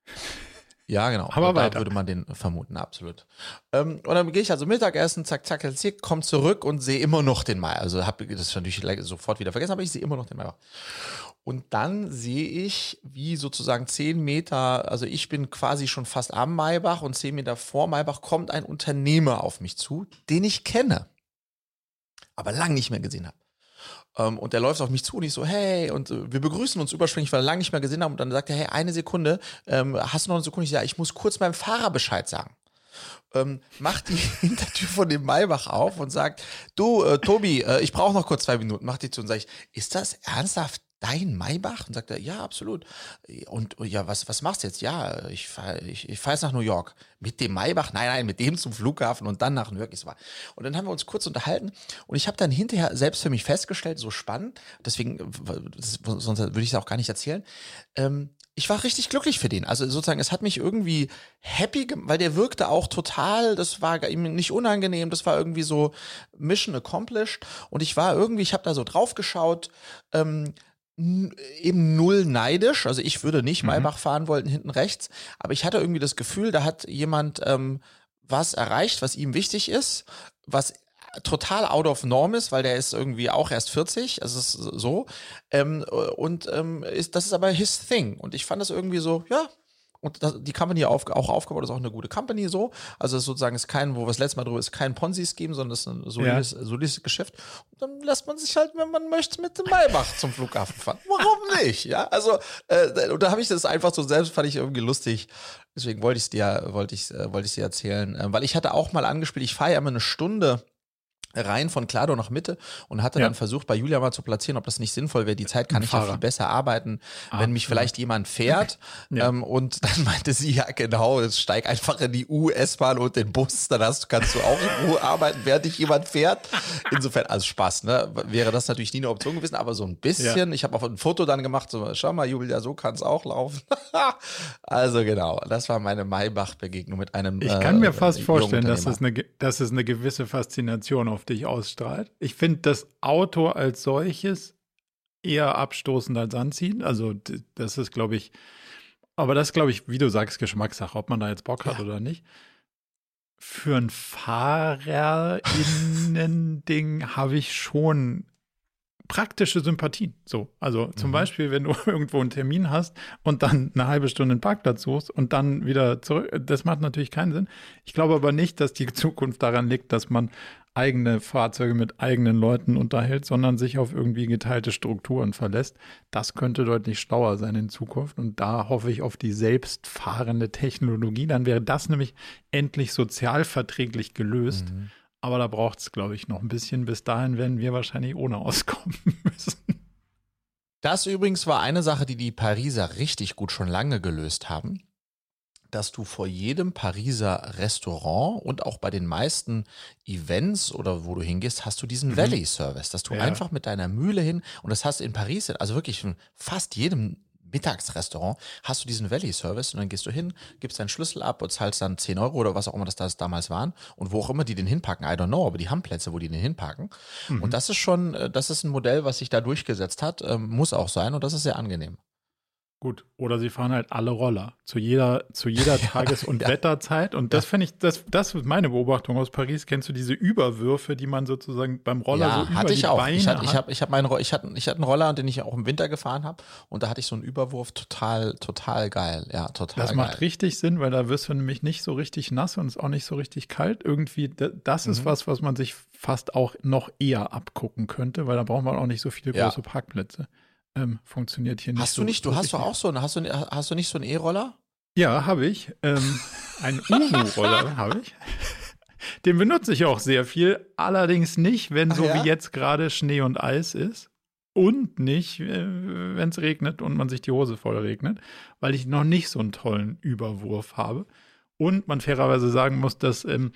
Ja, genau. Aber da weiter. würde man den vermuten, absolut. Ähm, und dann gehe ich also Mittagessen, zack, zack, zack, komme zurück und sehe immer noch den Mai. Also habe das natürlich sofort wieder vergessen, aber ich sehe immer noch den Maybach. Und dann sehe ich, wie sozusagen zehn Meter, also ich bin quasi schon fast am Maybach und zehn Meter vor Maybach kommt ein Unternehmer auf mich zu, den ich kenne, aber lang nicht mehr gesehen habe. Um, und der läuft auf mich zu und ich so, hey, und uh, wir begrüßen uns überschwänglich, weil wir lange nicht mehr gesehen haben. Und dann sagt er, hey, eine Sekunde, ähm, hast du noch eine Sekunde? Ich sage, ja, ich muss kurz meinem Fahrer Bescheid sagen. Ähm, macht die Hintertür von dem Maybach auf und sagt, du, äh, Tobi, äh, ich brauche noch kurz zwei Minuten. Macht die zu und sage ich, ist das ernsthaft dein Maybach? Und sagt er, ja, absolut. Und, und ja, was, was machst du jetzt? Ja, ich fahre ich, ich fahr jetzt nach New York. Mit dem Maybach? Nein, nein, mit dem zum Flughafen und dann nach New York. Und dann haben wir uns kurz unterhalten und ich habe dann hinterher selbst für mich festgestellt, so spannend, deswegen, das, sonst würde ich es auch gar nicht erzählen, ähm, ich war richtig glücklich für den. Also sozusagen, es hat mich irgendwie happy gemacht, weil der wirkte auch total, das war ihm nicht unangenehm, das war irgendwie so Mission accomplished und ich war irgendwie, ich habe da so drauf geschaut, ähm, n- eben null neidisch, also ich würde nicht Mhm. Maybach fahren wollen, hinten rechts, aber ich hatte irgendwie das Gefühl, da hat jemand ähm, was erreicht, was ihm wichtig ist, was total out of norm ist, weil der ist irgendwie auch erst vierzig, also es ist so. Ähm, und ähm, ist, das ist aber his thing. Und ich fand das irgendwie so, ja. Und das, die Company auf, auch aufgebaut ist auch eine gute Company so. Also es ist sozusagen ist kein, wo wir das letzte Mal drüber ist, kein Ponzi-Scheme, sondern es ist ein solides, Ja. solides Geschäft. Und dann lässt man sich halt, wenn man möchte, mit dem Maybach zum Flughafen fahren. Warum nicht? Ja, also äh, und da habe ich das einfach so selbst, fand ich irgendwie lustig. Deswegen wollte ich es dir, wollte ich, äh, wollte ich dir erzählen. Äh, weil ich hatte auch mal angespielt, ich fahre ja immer eine Stunde rein von Klado nach Mitte und hatte Ja. dann versucht, bei Julia mal zu platzieren, ob das nicht sinnvoll wäre. Die Zeit kann Ein ich ja Fahrer. viel besser arbeiten, wenn mich Absolut. vielleicht jemand fährt. Ja. Ähm, und dann meinte sie, ja genau, jetzt steig einfach in die U, S-Bahn und den Bus, dann hast, kannst du auch in Ruhe arbeiten, während dich jemand fährt. Insofern, also Spaß, ne? Wäre das natürlich nie eine Option gewesen, aber so ein bisschen. Ja. Ich habe auch ein Foto dann gemacht, so, schau mal, Julia, so kann es auch laufen. Also genau, das war meine Maybach-Begegnung mit einem Ich kann mir äh, fast jungen vorstellen, dass Unternehmer. es, eine, ge- dass es eine gewisse Faszination auf dich ausstrahlt. Ich finde das Auto als solches eher abstoßend als anziehend. Also d- das ist, glaube ich, aber das ist, glaube ich, wie du sagst, Geschmackssache, ob man da jetzt Bock hat Ja. oder nicht. Für ein FahrerInnen-Ding habe ich schon praktische Sympathien. So, also zum Mhm. Beispiel, wenn du irgendwo einen Termin hast und dann eine halbe Stunde einen Parkplatz suchst und dann wieder zurück, das macht natürlich keinen Sinn. Ich glaube aber nicht, dass die Zukunft daran liegt, dass man eigene Fahrzeuge mit eigenen Leuten unterhält, sondern sich auf irgendwie geteilte Strukturen verlässt. Das könnte deutlich schlauer sein in Zukunft und da hoffe ich auf die selbstfahrende Technologie. Dann wäre das nämlich endlich sozialverträglich gelöst. Mhm. Aber da braucht es, glaube ich, noch ein bisschen. Bis dahin werden wir wahrscheinlich ohne auskommen müssen. Das übrigens war eine Sache, die die Pariser richtig gut schon lange gelöst haben, dass du vor jedem Pariser Restaurant und auch bei den meisten Events oder wo du hingehst, hast du diesen Mhm. Valley-Service, dass du Ja. einfach mit deiner Mühle hin, und das hast du in Paris, also wirklich in fast jedem Mittagsrestaurant, hast du diesen Valley-Service und dann gehst du hin, gibst deinen Schlüssel ab und zahlst dann zehn Euro oder was auch immer das, das damals waren und wo auch immer die den hinpacken, I don't know, aber die haben Plätze, wo die den hinpacken. Mhm. Und das ist schon, äh, das ist ein Modell, was sich da durchgesetzt hat, ähm, muss auch sein und das ist sehr angenehm. Gut, oder sie fahren halt alle Roller zu jeder, zu jeder Tages- und ja. Wetterzeit. Und das finde ich, das, das ist meine Beobachtung aus Paris. Kennst du diese Überwürfe, die man sozusagen beim Roller Ja, so über hatte ich die auch. Beine Ich hatte, ich hat? habe, ich habe meinen, Ro- ich hatte, ich hatte einen Roller, den ich auch im Winter gefahren habe, und da hatte ich so einen Überwurf, total, total geil. Ja, total Das geil. macht richtig Sinn, weil da wirst du nämlich nicht so richtig nass und ist auch nicht so richtig kalt. Irgendwie, da- das ist Mhm. was, was man sich fast auch noch eher abgucken könnte, weil da braucht man auch nicht so viele Ja. große Parkplätze. Ähm, funktioniert hier nicht Hast so. du nicht, du so hast doch richtig. auch so einen, hast du, hast du nicht so einen E-Roller? Ja, habe ich. Ähm, einen Uhu-Roller habe ich. Den benutze ich auch sehr viel. Allerdings nicht, wenn Ach so ja? wie jetzt gerade Schnee und Eis ist. Und nicht, äh, wenn es regnet und man sich die Hose voll regnet, weil ich noch nicht so einen tollen Überwurf habe. Und man fairerweise sagen muss, dass ähm,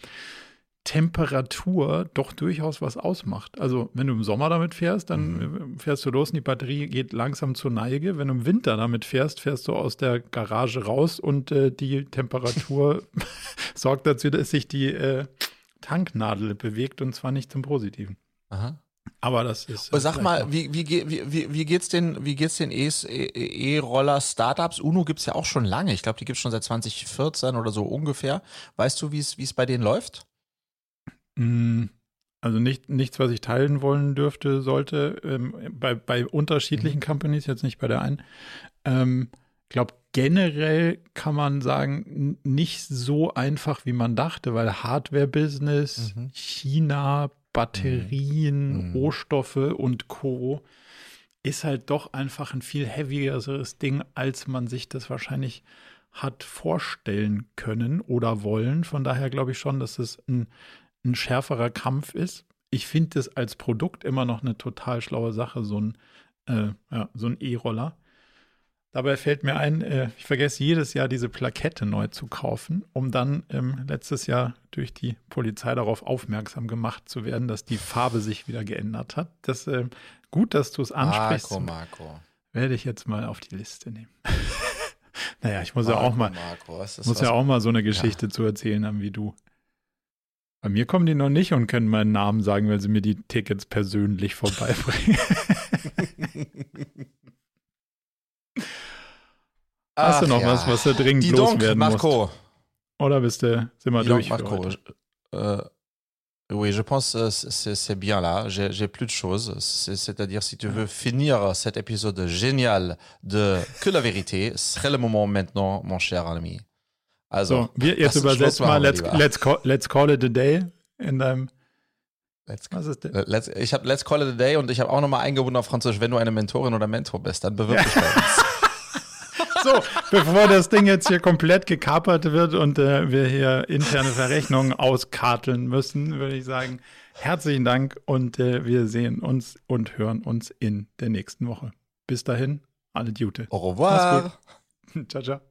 Temperatur doch durchaus was ausmacht. Also wenn du im Sommer damit fährst, dann Mhm. äh, fährst du los und die Batterie geht langsam zur Neige. Wenn du im Winter damit fährst, fährst du aus der Garage raus und äh, die Temperatur sorgt dazu, dass sich die äh, Tanknadel bewegt und zwar nicht zum Positiven. Aha. Aber das ist. Oh, äh, sag vielleicht mal, noch- wie, wie, ge- wie, wie, wie geht's den, wie geht's den E- E- E-Roller-Startups? Uno gibt's ja auch schon lange. Ich glaube, die gibt's schon seit zwanzig vierzehn oder so ungefähr. Weißt du, wie es, wie es bei denen läuft? Mm, Also nicht, nichts, was ich teilen wollen dürfte, sollte, ähm, bei, bei unterschiedlichen Mhm. Companies, jetzt nicht bei der einen. Ähm, ich glaube, generell kann man sagen, n- nicht so einfach, wie man dachte, weil Hardware-Business, Mhm. China, Batterien, Mhm. Rohstoffe und Co. ist halt doch einfach ein viel heavieres Ding, als man sich das wahrscheinlich hat vorstellen können oder wollen. Von daher glaube ich schon, dass es ein ein schärferer Kampf ist. Ich finde es als Produkt immer noch eine total schlaue Sache, so ein Äh, ja, so ein E-Roller. Dabei fällt mir ein, äh, ich vergesse jedes Jahr diese Plakette neu zu kaufen, um dann ähm, letztes Jahr durch die Polizei darauf aufmerksam gemacht zu werden, dass die Farbe sich wieder geändert hat. Das äh, gut, dass du es ansprichst. Marco, Marco. Werde ich jetzt mal auf die Liste nehmen. Naja, ich muss Marco, ja auch mal, Marco, was ist muss was? ja auch mal so eine Geschichte ja. zu erzählen haben wie du. Bei mir kommen die noch nicht und können meinen Namen sagen, weil sie mir die Tickets persönlich vorbeibringen. Hast du noch ja. was, was du dringend Die loswerden donc, musst? Marco. Oder bist du, sind wir Die durch donc, für Marco. heute? Euh, oui, je pense que c'est, c'est bien là. J'ai, j'ai plus de choses. C'est, c'est-à-dire, si tu veux finir cet épisode génial de Que la vérité, ce serait le moment maintenant, mon cher ami. Also, so, wir, jetzt übersetzt mal, let's, let's, call, let's call it a day in deinem Let's, was ist denn? Let's, ich habe Let's Call it a day und ich habe auch nochmal eingebunden auf Französisch, wenn du eine Mentorin oder Mentor bist, dann bewirb dich bei uns. So, bevor das Ding jetzt hier komplett gekapert wird und äh, wir hier interne Verrechnungen auskarteln müssen, würde ich sagen, herzlichen Dank und äh, wir sehen uns und hören uns in der nächsten Woche. Bis dahin, alle Gute. Au revoir. Mach's gut. Ciao, ciao.